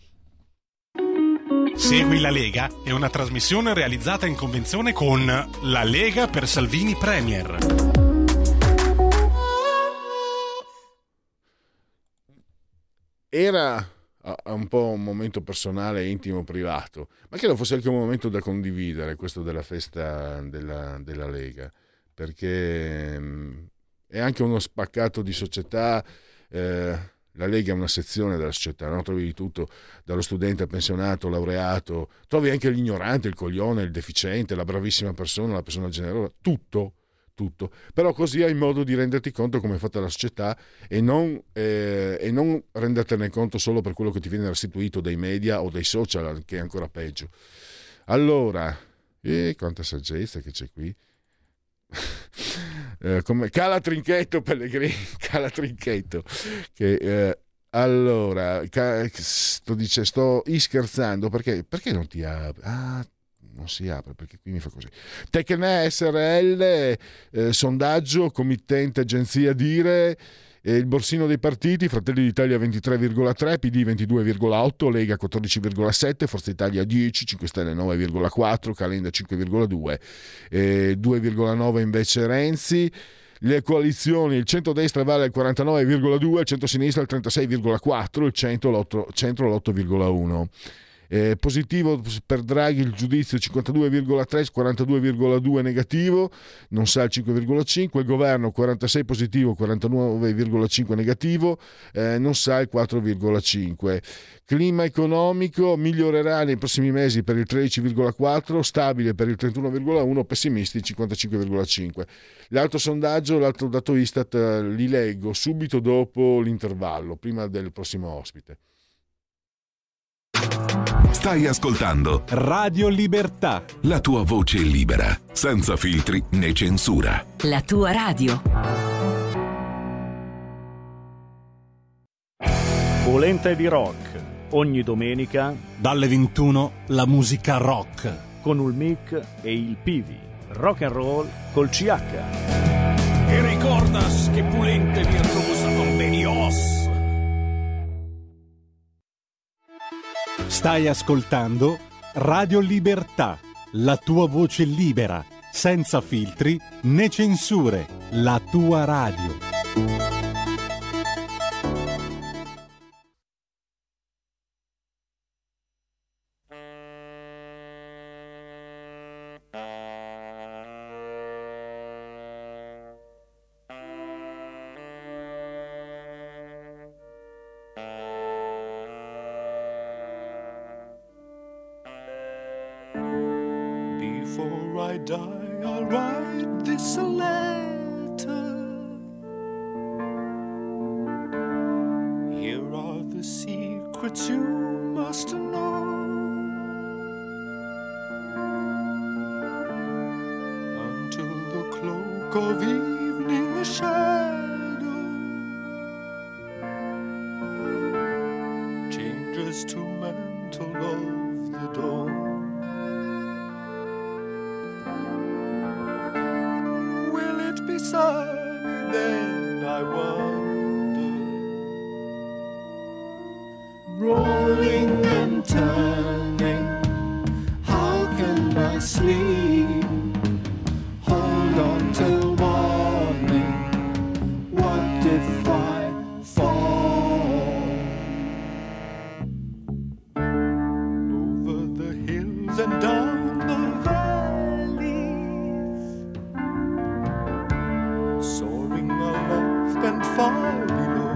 Segui la Lega è una trasmissione realizzata in convenzione con La Lega per Salvini Premier. Era un po' un momento personale, intimo, privato, ma che fosse anche un momento da condividere, questo della festa della, della Lega, perché è anche uno spaccato di società. Eh, la Lega è una sezione della società, no? Trovi di tutto, dallo studente al pensionato, laureato, trovi anche l'ignorante, il coglione, il deficiente, la bravissima persona, la persona generosa, tutto. Tutto. Però così hai modo di renderti conto come è fatta la società e non, eh, e non rendertene conto solo per quello che ti viene restituito dai media o dai social, che è ancora peggio. Allora, eh, quanta saggezza che c'è qui. eh, come, cala Trinchetto Pellegrini, cala Trinchetto che eh, allora ca, sto, dice, sto scherzando perché, perché non ti apri? Ah, non si apre perché qui mi fa così. Tecne S R L, eh, sondaggio, committente agenzia Dire, eh, il borsino dei partiti: Fratelli d'Italia ventitré virgola tre, P D ventidue virgola otto, Lega quattordici virgola sette, Forza Italia dieci, cinque Stelle nove virgola quattro, Calenda cinque virgola due, eh, due virgola nove invece Renzi. Le coalizioni: il centrodestra vale il quarantanove virgola due, il centrosinistra il trentasei virgola quattro, il centro l'otto virgola uno. Eh, positivo per Draghi il giudizio cinquantadue virgola tre, quarantadue virgola due negativo, non sa il cinque virgola cinque, il governo quarantasei positivo, quarantanove virgola cinque negativo, eh, non sa il quattro virgola cinque. Clima economico: migliorerà nei prossimi mesi per il tredici virgola quattro, stabile per il trentuno virgola uno, pessimisti il cinquantacinque virgola cinque. L'altro sondaggio, l'altro dato Istat, li leggo subito dopo l'intervallo, prima del prossimo ospite. Stai ascoltando Radio Libertà, la tua voce libera, senza filtri né censura. La tua radio. Polenta di rock, ogni domenica dalle ventuno la musica rock con il Mic e il Pivi. Rock and roll col C H. E ricordas che Pulente virtuosa con Benios. Stai ascoltando Radio Libertà, la tua voce libera, senza filtri né censure, la tua radio. of evening shadow changes to mantle of the dawn. Will it be sunny then, I wonder, rolling and turning, how can I sleep? Hold on till morning, what if I fall? Over the hills and down the valleys, soaring aloft and far below,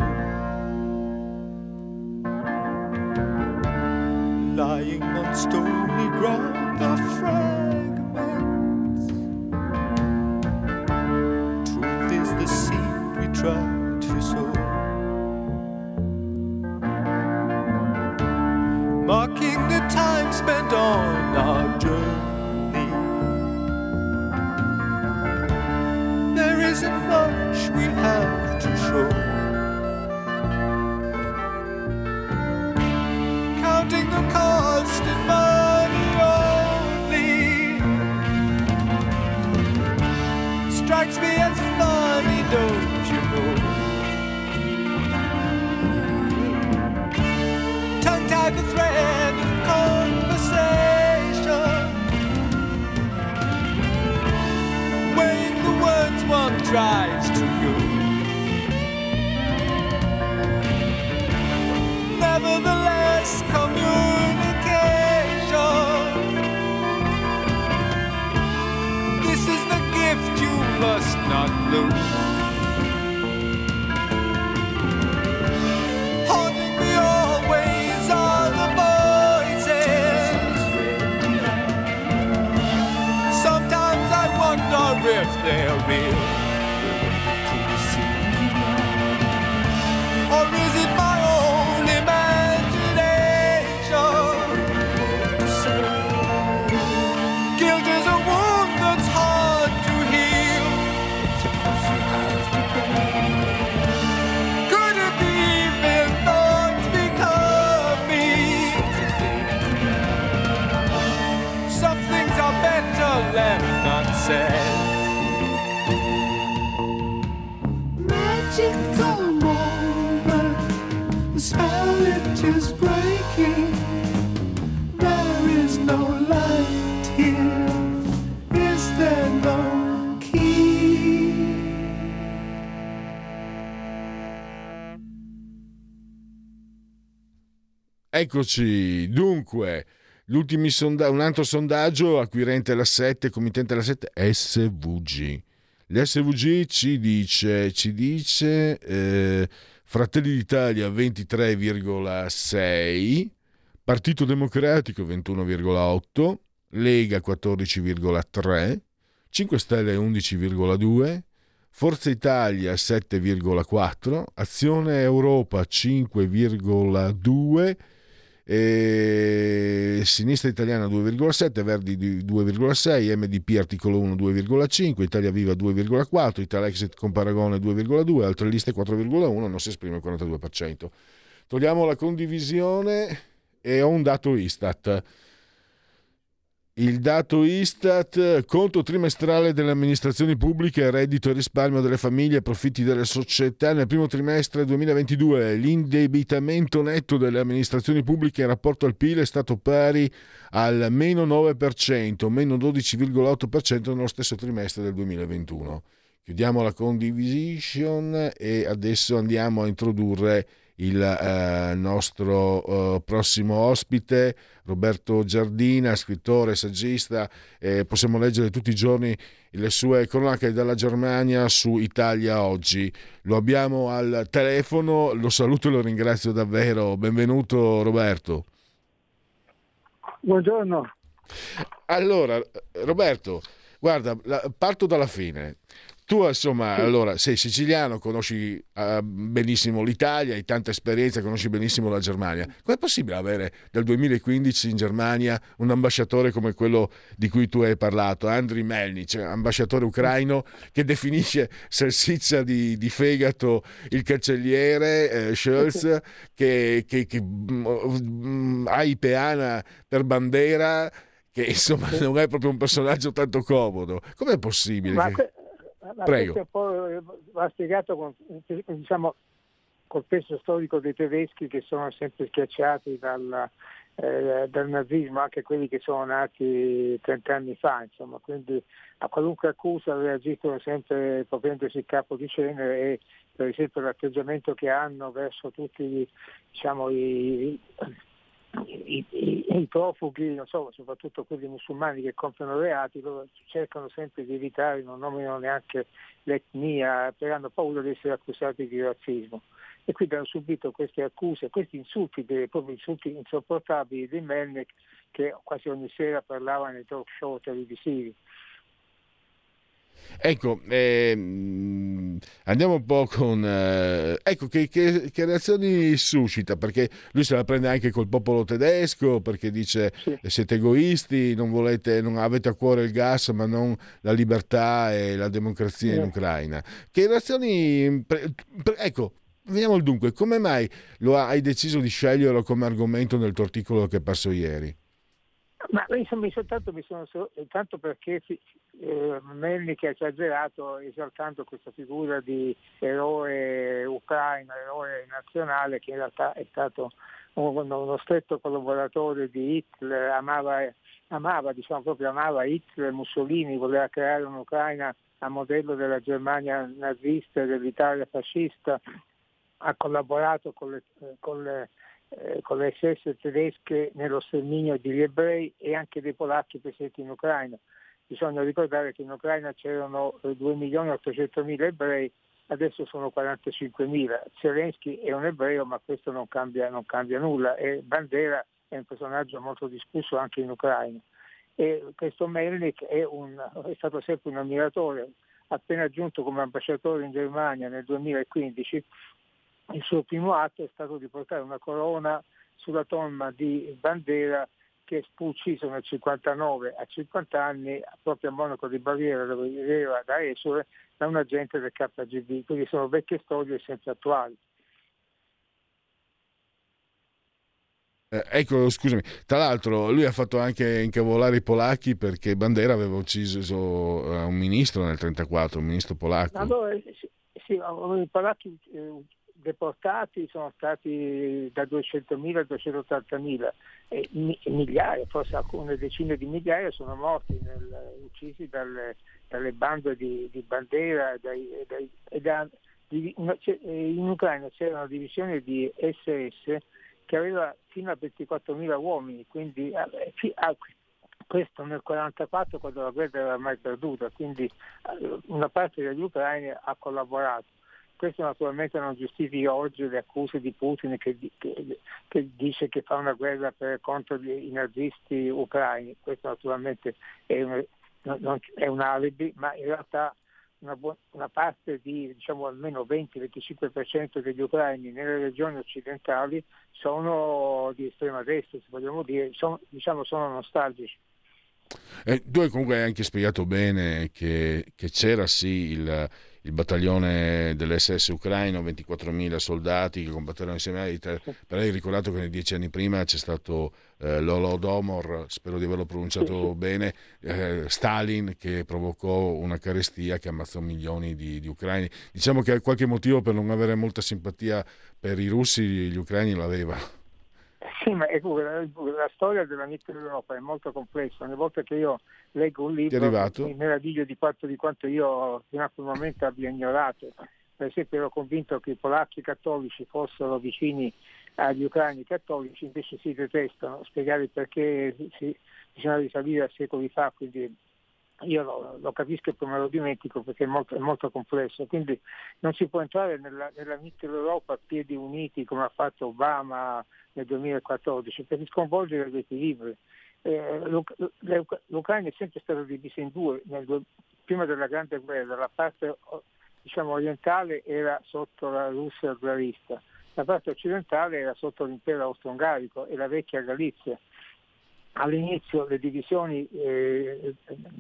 lying on stony ground the fragments. Truth is the seed we try to sow, marking the time spent on our journey. There isn't much we have to show, counting the cost in money only strikes me as funny, don't you know? Tongue-tied the thread of conversation, weighing the words one tries to use. Nevertheless, communication, this is the gift you must not lose. Haunting me always are the voices. Sometimes I wonder if they're real, or is it my own imagination? Guilt is a wound that's hard to heal. Could it be evil thoughts become me? Some things are better left unsaid. Magical moment, the spell it is breaking. There is no light here, is there no key? Eccoci, dunque, gli ultimi sonda- un altro sondaggio acquirente la sette, committente la sette, S V G. L'S V G ci dice, ci dice eh, Fratelli d'Italia ventitré virgola sei, Partito Democratico ventuno virgola otto, Lega quattordici virgola tre, cinque Stelle undici virgola due, Forza Italia sette virgola quattro, Azione Europa cinque virgola due, e Sinistra Italiana due virgola sette, Verdi due virgola sei, M D P Articolo uno due virgola cinque, Italia Viva due virgola quattro, Italexit con Paragone due virgola due, altre liste quattro virgola uno, non si esprime il quarantadue per cento. Togliamo la condivisione e ho un dato Istat. Il dato Istat, conto trimestrale delle amministrazioni pubbliche, reddito e risparmio delle famiglie e profitti delle società. Nel primo trimestre duemilaventidue l'indebitamento netto delle amministrazioni pubbliche in rapporto al P I L è stato pari al meno nove per cento, meno dodici virgola otto per cento nello stesso trimestre del duemilaventuno. Chiudiamo la condivisione e adesso andiamo a introdurre il eh, nostro eh, prossimo ospite, Roberto Giardina, scrittore, saggista. Eh, possiamo leggere tutti i giorni le sue cronache dalla Germania su Italia Oggi. Lo abbiamo al telefono, lo saluto e lo ringrazio davvero. Benvenuto Roberto. Buongiorno. Allora Roberto, guarda, parto dalla fine. tu insomma, allora sei siciliano, conosci uh, benissimo l'Italia, hai tanta esperienza, conosci benissimo la Germania. Com'è possibile avere dal duemilaquindici in Germania un ambasciatore come quello di cui tu hai parlato, Andriy Melnik, ambasciatore ucraino, che definisce salsiccia di, di fegato il cancelliere eh, Scholz, che, che, che mm, ha i peana per bandiera, che insomma non è proprio un personaggio tanto comodo. Com'è possibile? Ma, che... ma Prego. questo un po' va spiegato con, diciamo, col peso storico dei tedeschi che sono sempre schiacciati dal, eh, dal nazismo, anche quelli che sono nati trent'anni fa, insomma, quindi a qualunque accusa reagiscono sempre copriendosi il capo di cenere, e per esempio l'atteggiamento che hanno verso tutti, diciamo, i I, i, i profughi, non so, soprattutto quelli musulmani che compiono reati, loro cercano sempre di evitare, non nominano neanche l'etnia, perché hanno paura di essere accusati di razzismo. E quindi hanno subito queste accuse, questi insulti, proprio insulti insopportabili di Melnik, che quasi ogni sera parlava nei talk show televisivi. Ecco, ehm, andiamo un po' con... Eh, ecco, che, che, che reazioni suscita? Perché lui se la prende anche col popolo tedesco, perché dice sì. Siete egoisti, non volete, non avete a cuore il gas, ma non la libertà e la democrazia sì. in Ucraina. Che reazioni... Pre, pre, ecco, vediamo il dunque. Come mai lo ha, hai deciso di sceglierlo come argomento nel tuo articolo che è perso ieri? Ma insomma, soltanto, mi sono soltanto perché eh, Melnik ha esagerato esaltando questa figura di eroe ucraino, eroe nazionale, che in realtà è stato uno, uno stretto collaboratore di Hitler, amava, amava, diciamo proprio amava Hitler e Mussolini, voleva creare un'Ucraina a modello della Germania nazista e dell'Italia fascista, ha collaborato con le, con le Eh, con le S S tedesche nello sterminio degli ebrei e anche dei polacchi presenti in Ucraina. Bisogna ricordare che in Ucraina c'erano due milioni e ottocentomila ebrei, adesso sono quarantacinquemila. Zelensky è un ebreo, ma questo non cambia, non cambia nulla, e Bandera è un personaggio molto discusso anche in Ucraina. E questo Melnik è, un, è stato sempre un ammiratore. Appena giunto come ambasciatore in Germania nel duemilaquindici, il suo primo atto è stato di portare una corona sulla tomba di Bandera, che fu ucciso nel cinquantanove a cinquanta anni proprio a Monaco di Baviera, dove viveva da esule, da un agente del K G B, quindi sono vecchie storie sempre attuali. Eh, ecco, scusami, tra l'altro lui ha fatto anche incavolare i polacchi perché Bandera aveva ucciso un ministro nel trentaquattro, un ministro polacco. Allora, sì, sì, i polacchi eh, deportati sono stati da duecentomila a duecentottantamila, e migliaia, forse alcune decine di migliaia sono morti, nel, uccisi dalle, dalle bande di, di Bandera. Dai, dai, e da, di, in Ucraina c'era una divisione di S S che aveva fino a ventiquattromila uomini, quindi a, a, questo nel quarantaquattro, quando la guerra era ormai perduta, quindi una parte degli ucraini ha collaborato. Questo naturalmente non giustifica oggi le accuse di Putin che, che, che dice che fa una guerra per, contro i nazisti ucraini. Questo naturalmente è un, non, è un alibi, ma in realtà una, buona, una parte di, diciamo, almeno venti venticinque per cento degli ucraini nelle regioni occidentali sono di estrema destra, se vogliamo dire, sono, diciamo, sono nostalgici. Eh, tu comunque hai anche spiegato bene che, che c'era sì il, il battaglione dell'S S ucraino, ventiquattromila soldati che combatterono insieme a Hitler, però hai ricordato che nei dieci anni prima c'è stato eh, l'Holodomor, spero di averlo pronunciato sì. bene, eh, Stalin, che provocò una carestia che ammazzò milioni di, di ucraini. Diciamo che qualche motivo per non avere molta simpatia per i russi gli ucraini l'aveva. Sì, ma è, la, la storia della Mitteleuropa è molto complessa. Ogni volta che io leggo un libro mi meraviglio di quanto, di quanto io fino a quel momento abbia ignorato. Per esempio ero convinto che i polacchi cattolici fossero vicini agli ucraini cattolici, invece si detestano. Spiegare perché si, bisogna risalire a secoli fa, quindi io lo, lo capisco e poi me lo dimentico perché è molto, è molto complesso. Quindi non si può entrare nella, nella Mitteleuropa a piedi uniti come ha fatto Obama nel duemilaquattordici, per sconvolgere gli equilibri. eh, l'Ucraina è sempre stata divisa in due. Nel, prima della Grande Guerra la parte, diciamo, orientale era sotto la Russia zarista, la parte occidentale era sotto l'impero austro-ungarico e la vecchia Galizia. All'inizio le divisioni eh,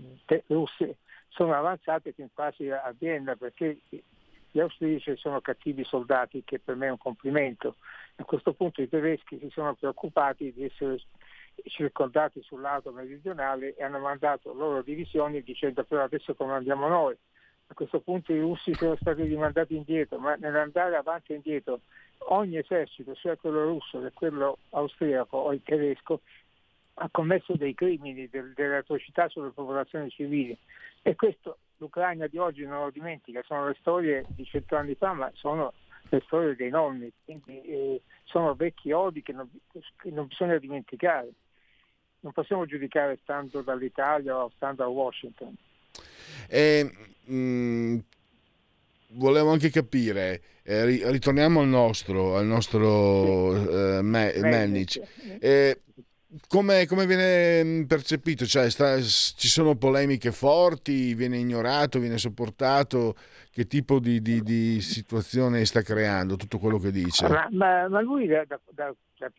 russe sono avanzate fin quasi a Vienna, perché gli austriaci sono cattivi soldati, che per me è un complimento. A questo punto i tedeschi si sono preoccupati di essere circondati sul lato meridionale e hanno mandato loro divisioni dicendo: però adesso comandiamo noi. A questo punto i russi sono stati rimandati indietro, ma nell'andare avanti e indietro ogni esercito, sia quello russo che quello austriaco o il tedesco, ha commesso dei crimini, del, delle atrocità sulle popolazioni civili, e questo l'Ucraina di oggi non lo dimentica. Sono le storie di cento anni fa, ma sono le storie dei nonni, quindi eh, sono vecchi odi che non, che non bisogna dimenticare. Non possiamo giudicare stando dall'Italia o stando a Washington. E, mh, volevo anche capire, eh, ritorniamo al nostro, al nostro sì. eh, Me- Melnick. Eh, Come, come viene percepito? Cioè, sta, ci sono polemiche forti, viene ignorato, viene sopportato? Che tipo di, di, di situazione sta creando tutto quello che dice? Ma, ma, ma lui da, da, da,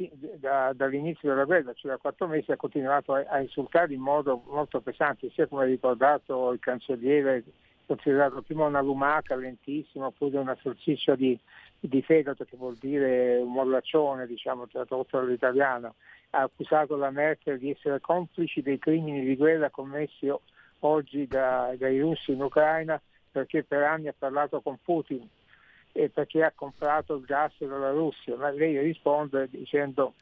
da, dall'inizio della guerra, cioè da quattro mesi, ha continuato a, a insultare in modo molto pesante, sia come ha ricordato il cancelliere, considerato prima una lumaca lentissima, oppure una salsiccia di, di fegato, che vuol dire un mollaccione, diciamo, tradotto all'italiano. Ha accusato la Merkel di essere complici dei crimini di guerra commessi oggi da, dai russi in Ucraina, perché per anni ha parlato con Putin e perché ha comprato il gas dalla Russia. Ma lei risponde dicendo: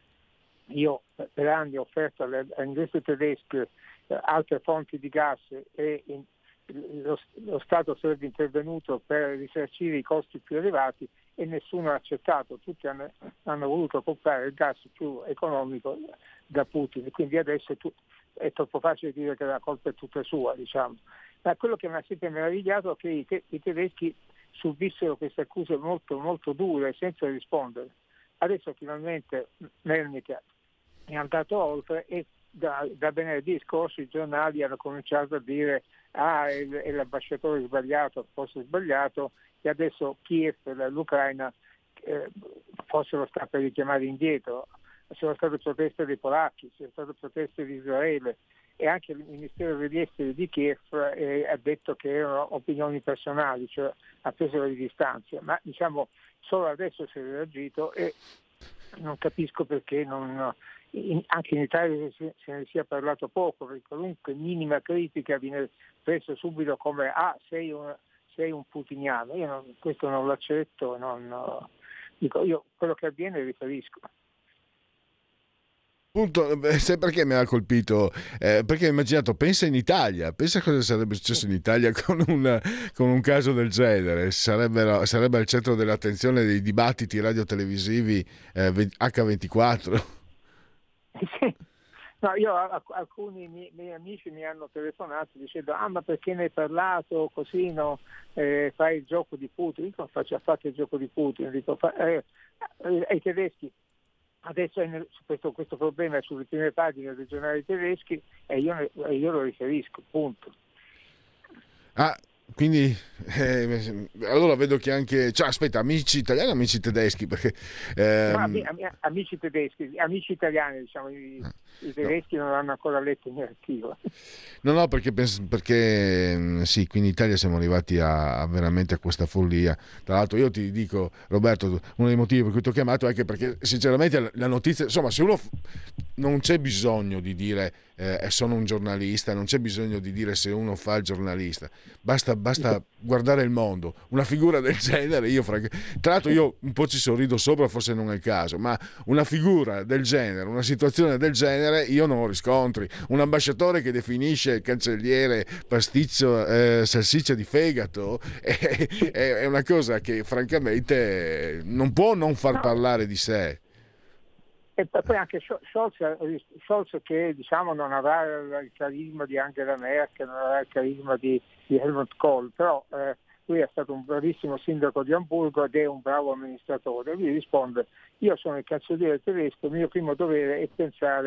io per anni ho offerto alle, alle industrie tedesche eh, altre fonti di gas e in, lo, lo Stato sarebbe intervenuto per risarcire i costi più elevati, e nessuno ha accettato. Tutti hanno, hanno voluto comprare il gas più economico da Putin, quindi adesso tu, è troppo facile dire che la colpa è tutta sua, diciamo. Ma quello che mi ha sempre meravigliato è che i, te, i tedeschi subissero queste accuse molto molto dure senza rispondere. Adesso finalmente Melnick è andato oltre e da, da venerdì scorso i giornali hanno cominciato a dire: ah, è, è l'ambasciatore sbagliato, il posto sbagliato, e adesso Kiev e l'Ucraina eh, forse lo sta per richiamare indietro. Ci sono state proteste dei polacchi, ci sono state proteste di Israele, e anche il Ministero degli Esteri di Kiev eh, ha detto che erano opinioni personali, cioè ha preso le distanze, ma diciamo solo adesso si è reagito, e non capisco perché non, in, anche in Italia se, se ne sia parlato poco, perché qualunque minima critica viene presa subito come ah sei un, sei un putiniano. Io non, questo non l'accetto, non, dico, io quello che avviene riferisco. Punto, sai perché mi ha colpito? Eh, perché ho immaginato, pensa in Italia, pensa cosa sarebbe successo in Italia con un, con un caso del genere. Sarebbero, sarebbe al centro dell'attenzione dei dibattiti radiotelevisivi eh, acca ventiquattro. Sì. No, io alcuni miei, miei amici mi hanno telefonato dicendo: ah, ma perché ne hai parlato così, no? Eh, fai il gioco di Putin. Io non faccio affatto il gioco di Putin, dico, fa, eh, ai tedeschi adesso è questo, questo problema è sulle prime pagine dei giornali tedeschi, e io, e io lo riferisco, punto. Ah, quindi eh, allora vedo che anche, cioè aspetta, amici italiani, amici tedeschi, perché ehm... no, am- am- amici tedeschi, amici italiani, diciamo, i, i tedeschi no. Non hanno ancora letto il mio articolo. No, no, perché, perché sì, qui in Italia siamo arrivati a, a veramente a questa follia. Tra l'altro io ti dico, Roberto, uno dei motivi per cui ti ho chiamato è che perché sinceramente la notizia, insomma, se uno non c'è bisogno di dire eh, sono un giornalista, non c'è bisogno di dire se uno fa il giornalista, basta, basta guardare il mondo, una figura del genere, io fra... tra l'altro io un po' ci sorrido sopra, forse non è il caso, ma una figura del genere, una situazione del genere io non ho riscontri. Un ambasciatore che definisce il cancelliere pasticcio, eh, salsiccia di fegato è, è una cosa che francamente non può non far parlare di sé. E poi anche Scholz, Scholz che diciamo non avrà il carisma di Angela Merkel, non avrà il carisma di, di Helmut Kohl, però eh, lui è stato un bravissimo sindaco di Amburgo ed è un bravo amministratore. Lui risponde: io sono il cancelliere tedesco, il mio primo dovere è pensare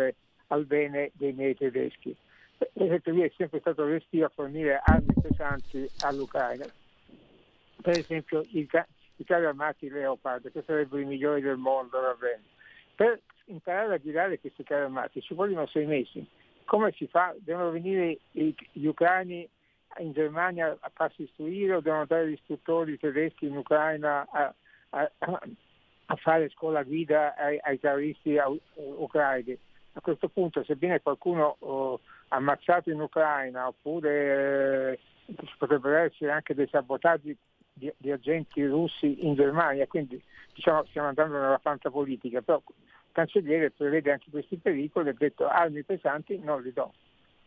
al bene dei miei tedeschi. Per esempio, lui è sempre stato restio a fornire armi pesanti all'Ucraina. Per esempio i, ca- i carri armati Leopard, che sarebbero i migliori del mondo, va bene. Per imparare a guidare questi carri armati ci vogliono sei mesi. Come si fa? Devono venire i, gli ucraini in Germania a farsi istruire o devono andare gli istruttori tedeschi in Ucraina a, a, a fare scuola guida ai, ai terroristi ucraini? A questo punto, se viene qualcuno oh, ammazzato in Ucraina, oppure eh, potrebbero essere anche dei sabotaggi di, di agenti russi in Germania, quindi diciamo stiamo andando nella fantapolitica, però il cancelliere prevede anche questi pericoli e ha detto armi pesanti non li do.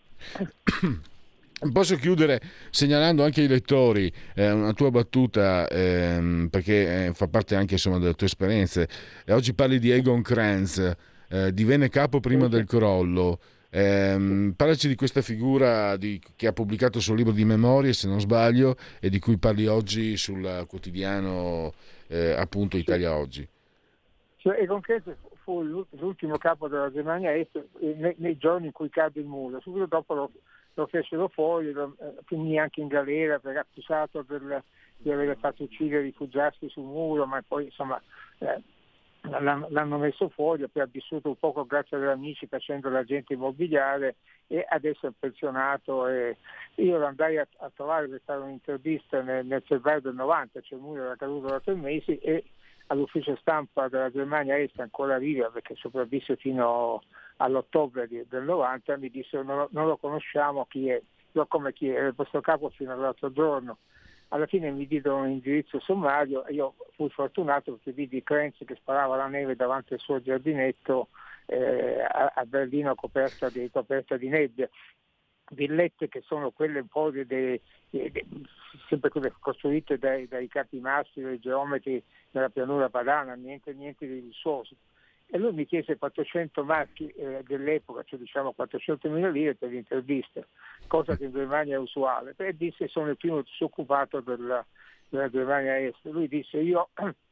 Posso chiudere segnalando anche ai lettori eh, una tua battuta, ehm, perché eh, fa parte anche insomma delle tue esperienze. E oggi parli di Egon Krenz, eh, divenne capo prima del crollo. Eh, parlaci di questa figura di, che ha pubblicato il suo libro di memorie, se non sbaglio, e di cui parli oggi sul quotidiano eh, appunto Italia Oggi. Cioè, Egon Krenz fu l'ultimo capo della Germania Est nei, nei giorni in cui cadde il muro. Subito dopo lo lo fecero fuori, lo, eh, finì anche in galera per accusato per, di aver fatto uccidere e rifugiarsi sul muro, ma poi insomma eh, l'hanno, l'hanno messo fuori, poi ha vissuto un poco grazie agli amici facendo l'agente immobiliare e adesso è pensionato. E io lo andai a, a trovare per fare un'intervista nel, nel febbraio del novanta, cioè il muro era caduto da tre mesi e all'ufficio stampa della Germania Est ancora vive perché sopravvisse fino all'ottobre del novanta, mi disse non, non lo conosciamo chi è, io come chi è, questo capo fino all'altro giorno. Alla fine mi diedero un indirizzo sommario e io fui fortunato perché vidi Krenz che sparava la neve davanti al suo giardinetto eh, a, a Berlino coperta di, coperta di nebbia. Villette che sono quelle un po' dei, dei, dei, sempre quelle costruite dai, dai capimassi, dai geometri della pianura padana, niente, niente di lussuoso. E lui mi chiese quattrocento marchi eh, dell'epoca, cioè diciamo quattrocentomila lire per l'intervista, cosa che in Germania è usuale. E disse sono il primo disoccupato della, della Germania Est. Lui disse io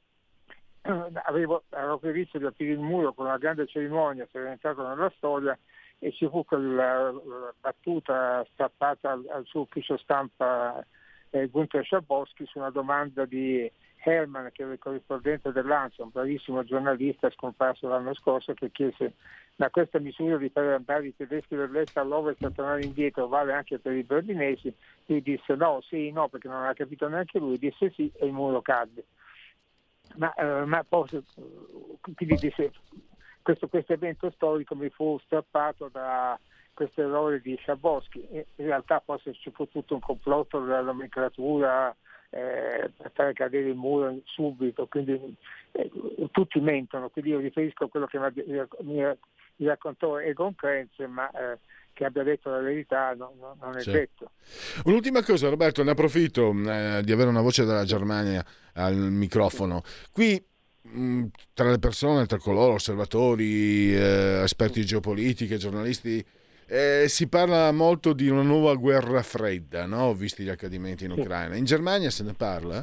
avevo, avevo previsto di aprire il muro con una grande cerimonia, sarei entrato nella storia e ci fu quella battuta strappata al, al suo ufficio stampa eh, Gunther Schabowski su una domanda di Hermann, che era il corrispondente dell'Ansa, un bravissimo giornalista scomparso l'anno scorso, che chiese ma questa misura di fare andare i tedeschi dell'est all'ovest a tornare indietro vale anche per i berlinesi? Lui disse no, sì, no, perché non aveva capito neanche lui, disse sì e il muro cadde. Ma, eh, ma poi quindi disse questo, questo evento storico mi fu strappato da questo errore di Schabowski. In realtà forse ci fu tutto un complotto della nomenclatura eh, per fare cadere il muro subito, quindi eh, tutti mentono, quindi io riferisco a quello che mi, mi, mi raccontò Egon Krenz, ma eh, che abbia detto la verità no, no, non è sì. detto. Un'ultima cosa, Roberto, ne approfitto eh, di avere una voce della Germania al microfono. Qui mh, tra le persone, tra coloro, osservatori, eh, esperti di geopolitica, giornalisti, eh, si parla molto di una nuova guerra fredda, no? Visti gli accadimenti in Ucraina. In Germania se ne parla?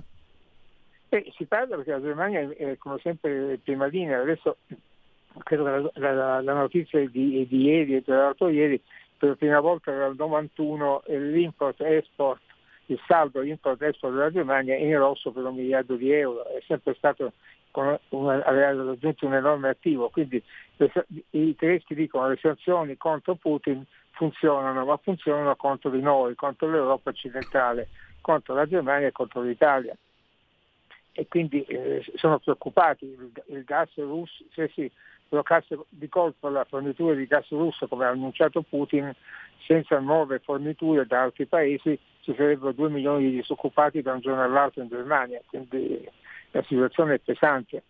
Eh, si parla perché la Germania è come sempre in prima linea. Adesso credo che la, la, la notizia di, di ieri e dell'altro ieri, per la prima volta dal novantuno l'import-export, il saldo import-export della Germania è in rosso per un miliardo di euro, è sempre stato con una, aveva raggiunto un enorme attivo, quindi le, i tedeschi dicono che le sanzioni contro Putin funzionano, ma funzionano contro di noi, contro l'Europa occidentale, contro la Germania e contro l'Italia. E quindi eh, sono preoccupati, il, il gas russo, se si bloccasse di colpo la fornitura di gas russo come ha annunciato Putin, senza nuove forniture da altri paesi ci sarebbero due milioni di disoccupati da un giorno all'altro in Germania, quindi la situazione è pesante.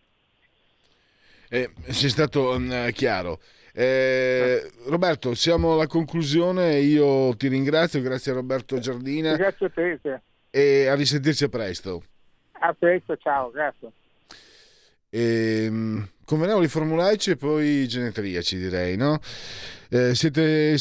Eh, sei stato um, chiaro. Eh, Roberto, siamo alla conclusione, io ti ringrazio, grazie a Roberto Giardina. Grazie a te. E a risentirci a presto. A presto, ciao, grazie. E, convenevoli formulaici e poi genetriaci, direi, no? Eh, siete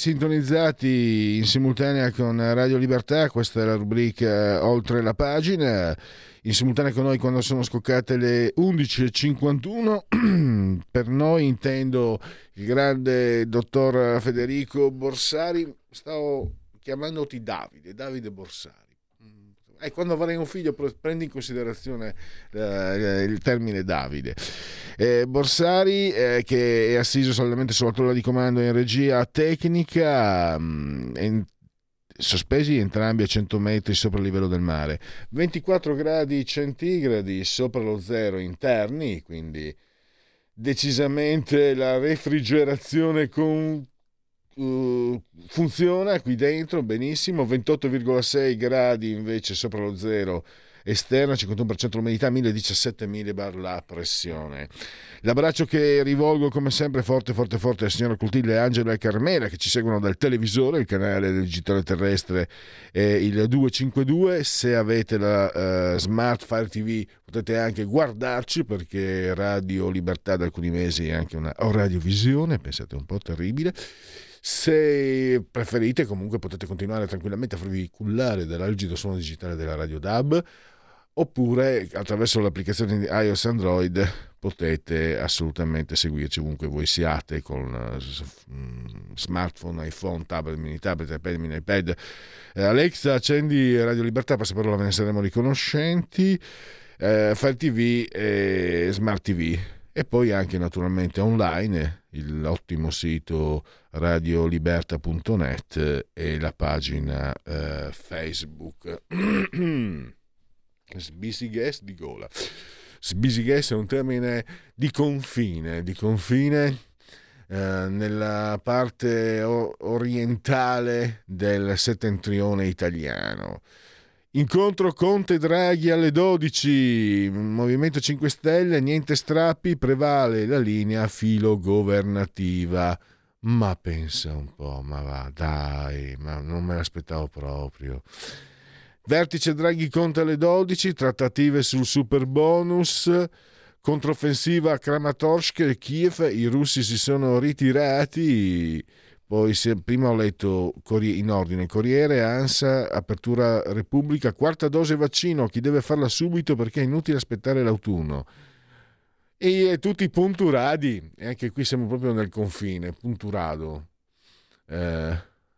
sintonizzati in simultanea con Radio Libertà, questa è la rubrica Oltre la pagina. in simultanea con noi quando sono scoccate le undici e cinquantuno. Per noi intendo il grande dottor Federico Borsari. Stavo chiamandoti Davide, Davide Borsari. E eh, quando avrai un figlio prendi in considerazione eh, il termine Davide. Eh, Borsari, eh, che è assiso saldamente sulla tolla di comando in regia tecnica, mh, in, sospesi entrambi a cento metri sopra il livello del mare, ventiquattro gradi centigradi sopra lo zero interni, quindi decisamente la refrigerazione con, uh, funziona qui dentro benissimo. Ventotto virgola sei gradi invece sopra lo zero esterna, cinquantuno per cento l'umidità, mille diciassette millibar la pressione. L'abbraccio che rivolgo come sempre forte forte forte alla signora Clotilde, Angela e Carmela che ci seguono dal televisore, il canale del digitale terrestre è il duecentocinquantadue. Se avete la uh, Smart Fire T V potete anche guardarci, perché Radio Libertà da alcuni mesi è anche una radiovisione, pensate un po' terribile. Se preferite comunque potete continuare tranquillamente a farvi cullare dall'algido suono digitale della Radio D A B, oppure attraverso l'applicazione di iOS Android potete assolutamente seguirci ovunque voi siate, con uh, smartphone, iPhone, tablet, mini tablet, iPad, mini iPad. eh, Alexa, accendi Radio Libertà, passaparola, ve ne saremo riconoscenti. eh, Fire T V e Smart T V, e poi anche naturalmente online l'ottimo sito radioliberta punto net e la pagina eh, Facebook. Sbisighess di gola. Sbisighess è un termine di confine, di confine eh, nella parte o- orientale del settentrione italiano. Incontro Conte Draghi alle dodici, Movimento cinque Stelle, niente strappi, prevale la linea filogovernativa. Ma pensa un po', ma va, dai, ma non me l'aspettavo proprio. Vertice Draghi Conte alle dodici, trattative sul super bonus, controffensiva a Kramatorsk e Kiev, i russi si sono ritirati. Poi se, prima ho letto in ordine Corriere, ANSA, Apertura Repubblica, quarta dose vaccino, chi deve farla subito perché è inutile aspettare l'autunno. E tutti punturadi, e anche qui siamo proprio nel confine, punturado. Eh,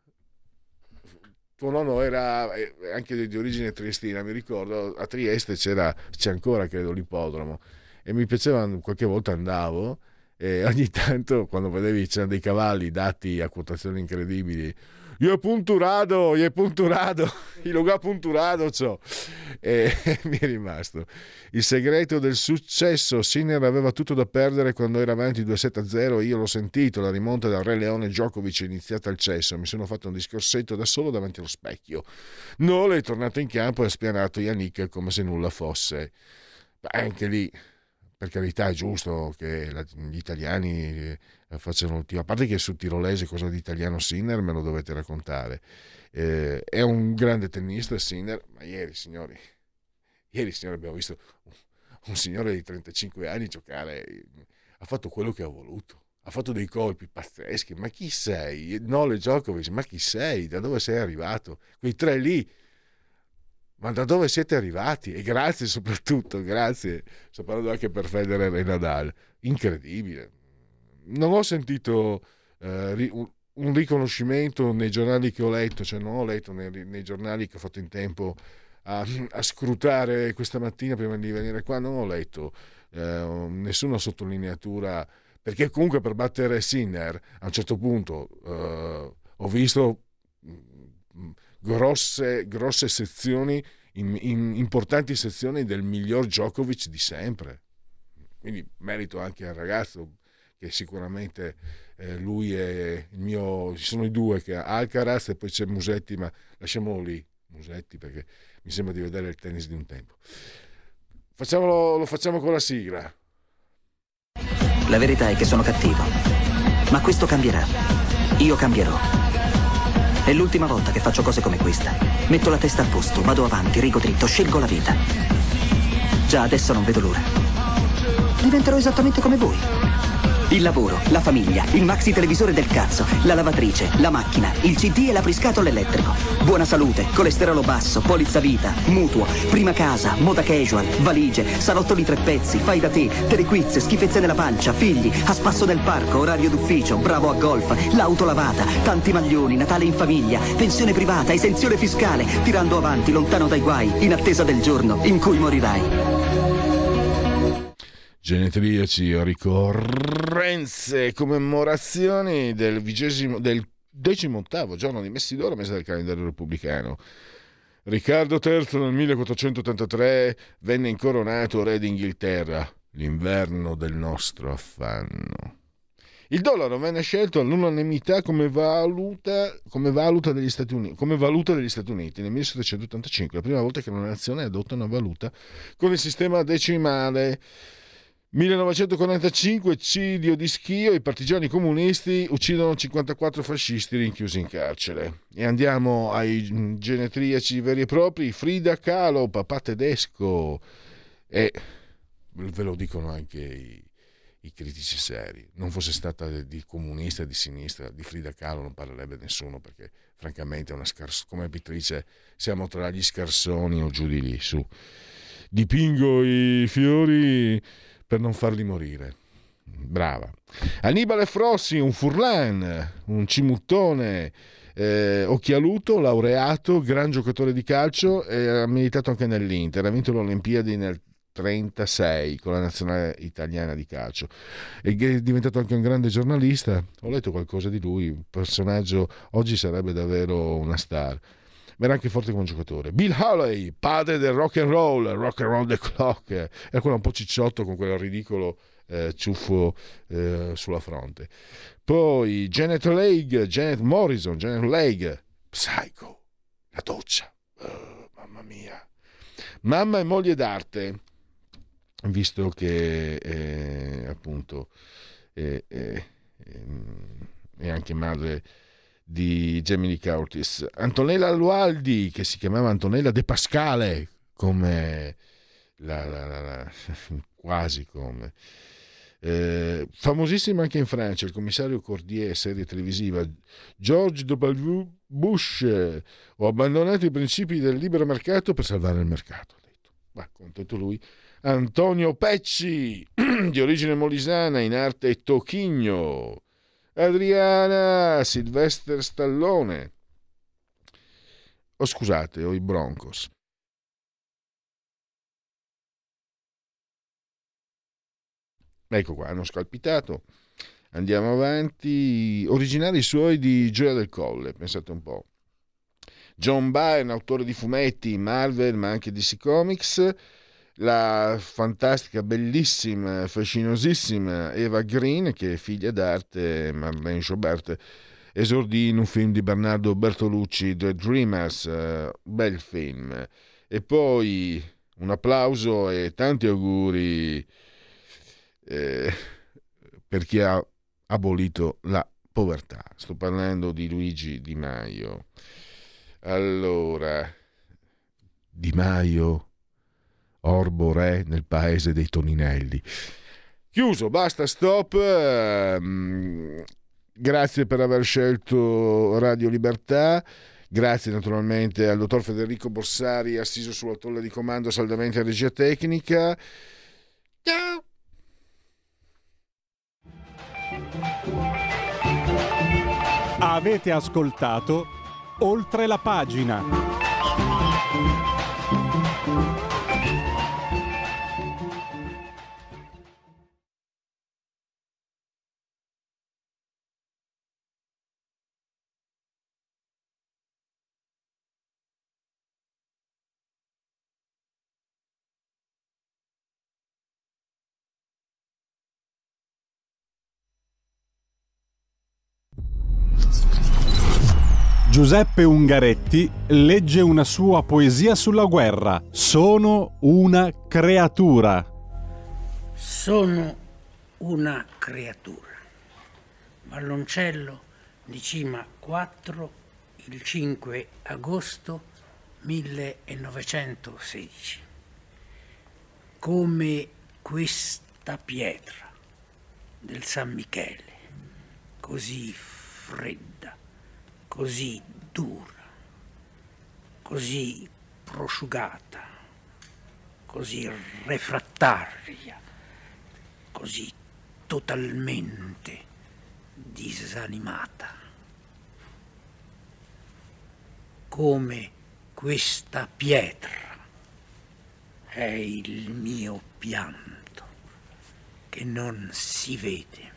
tuo nonno era anche di origine triestina, mi ricordo, a Trieste c'era, c'è ancora credo l'ippodromo, e mi piaceva, qualche volta andavo, e ogni tanto quando vedevi c'erano dei cavalli dati a quotazioni incredibili, io punturado, io punturado, il lugar punturado c'ho, e mi è rimasto. Il segreto del successo, Sinner aveva tutto da perdere quando era avanti due sette a zero, io l'ho sentito, la rimonta dal Re Leone Djokovic è iniziata al cesso, mi sono fatto un discorsetto da solo davanti allo specchio. Nole è tornato in campo e ha spianato Yannick come se nulla fosse. Beh, anche lì, per carità, è giusto che la, gli italiani facciano il tiro, a parte che sul tirolese cosa di italiano Sinner me lo dovete raccontare. Eh, è un grande tennista Sinner, ma ieri signori ieri signori abbiamo visto un, un signore di trentacinque anni giocare, ha fatto quello che ha voluto, ha fatto dei colpi pazzeschi. Ma chi sei? Nole Djokovic, ma chi sei? Da dove sei arrivato? Quei tre lì, ma da dove siete arrivati? E grazie soprattutto, grazie. Sto parlando anche per Federer e Nadal. Incredibile. Non ho sentito eh, un riconoscimento nei giornali che ho letto, cioè non ho letto nei, nei giornali che ho fatto in tempo a, a scrutare questa mattina prima di venire qua, non ho letto eh, nessuna sottolineatura, perché comunque per battere Sinner a un certo punto eh, ho visto grosse, grosse sezioni, in, in importanti sezioni del miglior Djokovic di sempre, quindi merito anche al ragazzo, che sicuramente eh, lui è il mio, ci sono i due, che Alcaraz e poi c'è Musetti, ma lasciamolo lì Musetti perché mi sembra di vedere il tennis di un tempo. Facciamolo, lo facciamo con la sigla. La verità è che sono cattivo, ma questo cambierà. Io cambierò. È l'ultima volta che faccio cose come questa. Metto la testa a posto, vado avanti, rigo dritto, scelgo la vita. Già adesso non vedo l'ora. Diventerò esattamente come voi. il lavoro, la famiglia, il maxi televisore del cazzo, la lavatrice, la macchina, il C D e l'apriscatole elettrico. Buona salute, colesterolo basso, polizza vita, mutuo, prima casa, moda casual, valigie, salottoli tre pezzi, fai da te, telequiz, schifezze nella pancia, figli, a spasso del parco, orario d'ufficio, bravo a golf, l'auto lavata, tanti maglioni, Natale in famiglia, pensione privata, esenzione fiscale, tirando avanti, lontano dai guai, in attesa del giorno in cui morirai. Genetriaci, ricorrenze, commemorazioni del vigesimo, del decimottavo giorno di Messidoro, mese del calendario repubblicano. Riccardo terzo nel millequattrocentottantatré venne incoronato re d'Inghilterra, l'inverno del nostro affanno. Il dollaro venne scelto all'unanimità come valuta, come valuta degli Stati Uniti, come valuta degli Stati Uniti nel millesettecentottantacinque, la prima volta che una nazione adotta una valuta con il sistema decimale. millenovecentoquarantacinque, eccidio di Schio, i partigiani comunisti uccidono cinquantaquattro fascisti rinchiusi in carcere. E andiamo ai genetriaci veri e propri. Frida Kahlo, papà tedesco, e ve lo dicono anche i, i critici seri, non fosse stata di comunista, di sinistra, di Frida Kahlo non parlerebbe nessuno, perché francamente è una scars- come pittrice siamo tra gli scarsoni o giù di lì, su. Dipingo i fiori per non farli morire. Brava. Annibale Frossi, un furlan, un cimuttone, eh, occhialuto, laureato, gran giocatore di calcio, e ha militato anche nell'Inter, ha vinto le Olimpiadi nel trentasei con la nazionale italiana di calcio, e è diventato anche un grande giornalista. Ho letto qualcosa di lui, un personaggio, oggi sarebbe davvero una star. Ma era anche forte come giocatore. Bill Haley, padre del rock and roll, rock and roll the clock, era quello un po' cicciotto con quel ridicolo eh, ciuffo eh, sulla fronte. Poi Janet Leigh, Janet Morrison, Janet Leigh, Psycho, la doccia, oh, mamma mia, mamma e moglie d'arte, visto che eh, appunto è, è, è anche madre di Jamie Lee Curtis. Antonella Lualdi, che si chiamava Antonella De Pascale, come la, la, la, la, quasi come eh, famosissima anche in Francia, il commissario Cordier, serie televisiva. George W. Bush, ho abbandonato i principi del libero mercato per salvare il mercato, ha detto. Ma contento lui. Antonio Pecci, di origine molisana, in arte Tocchigno. Adriana, Sylvester Stallone, oh scusate, o i Broncos. Ecco qua, hanno scalpitato. Andiamo avanti. Originari suoi di Gioia del Colle, pensate un po'. John Byrne, autore di fumetti Marvel ma anche D C Comics. La fantastica, bellissima, fascinosissima Eva Green, che è figlia d'arte, Marlene Jobert, esordì in un film di Bernardo Bertolucci, The Dreamers, uh, bel film. E poi un applauso e tanti auguri eh, per chi ha abolito la povertà. Sto parlando di Luigi Di Maio. Allora, Di Maio, Orbo re nel paese dei Toninelli. Chiuso, basta, stop. Grazie per aver scelto Radio Libertà. Grazie naturalmente al dottor Federico Borsari, assiso sulla tolla di comando, saldamente a regia tecnica. Ciao. Avete ascoltato Oltre la pagina. Giuseppe Ungaretti legge una sua poesia sulla guerra. Sono una creatura. Sono una creatura. Valloncello di Cima quattro, il cinque agosto millenovecentosedici. Come questa pietra, del San Michele, così fredda, così dura, così prosciugata, così refrattaria, così totalmente disanimata. Come questa pietra è il mio pianto che non si vede.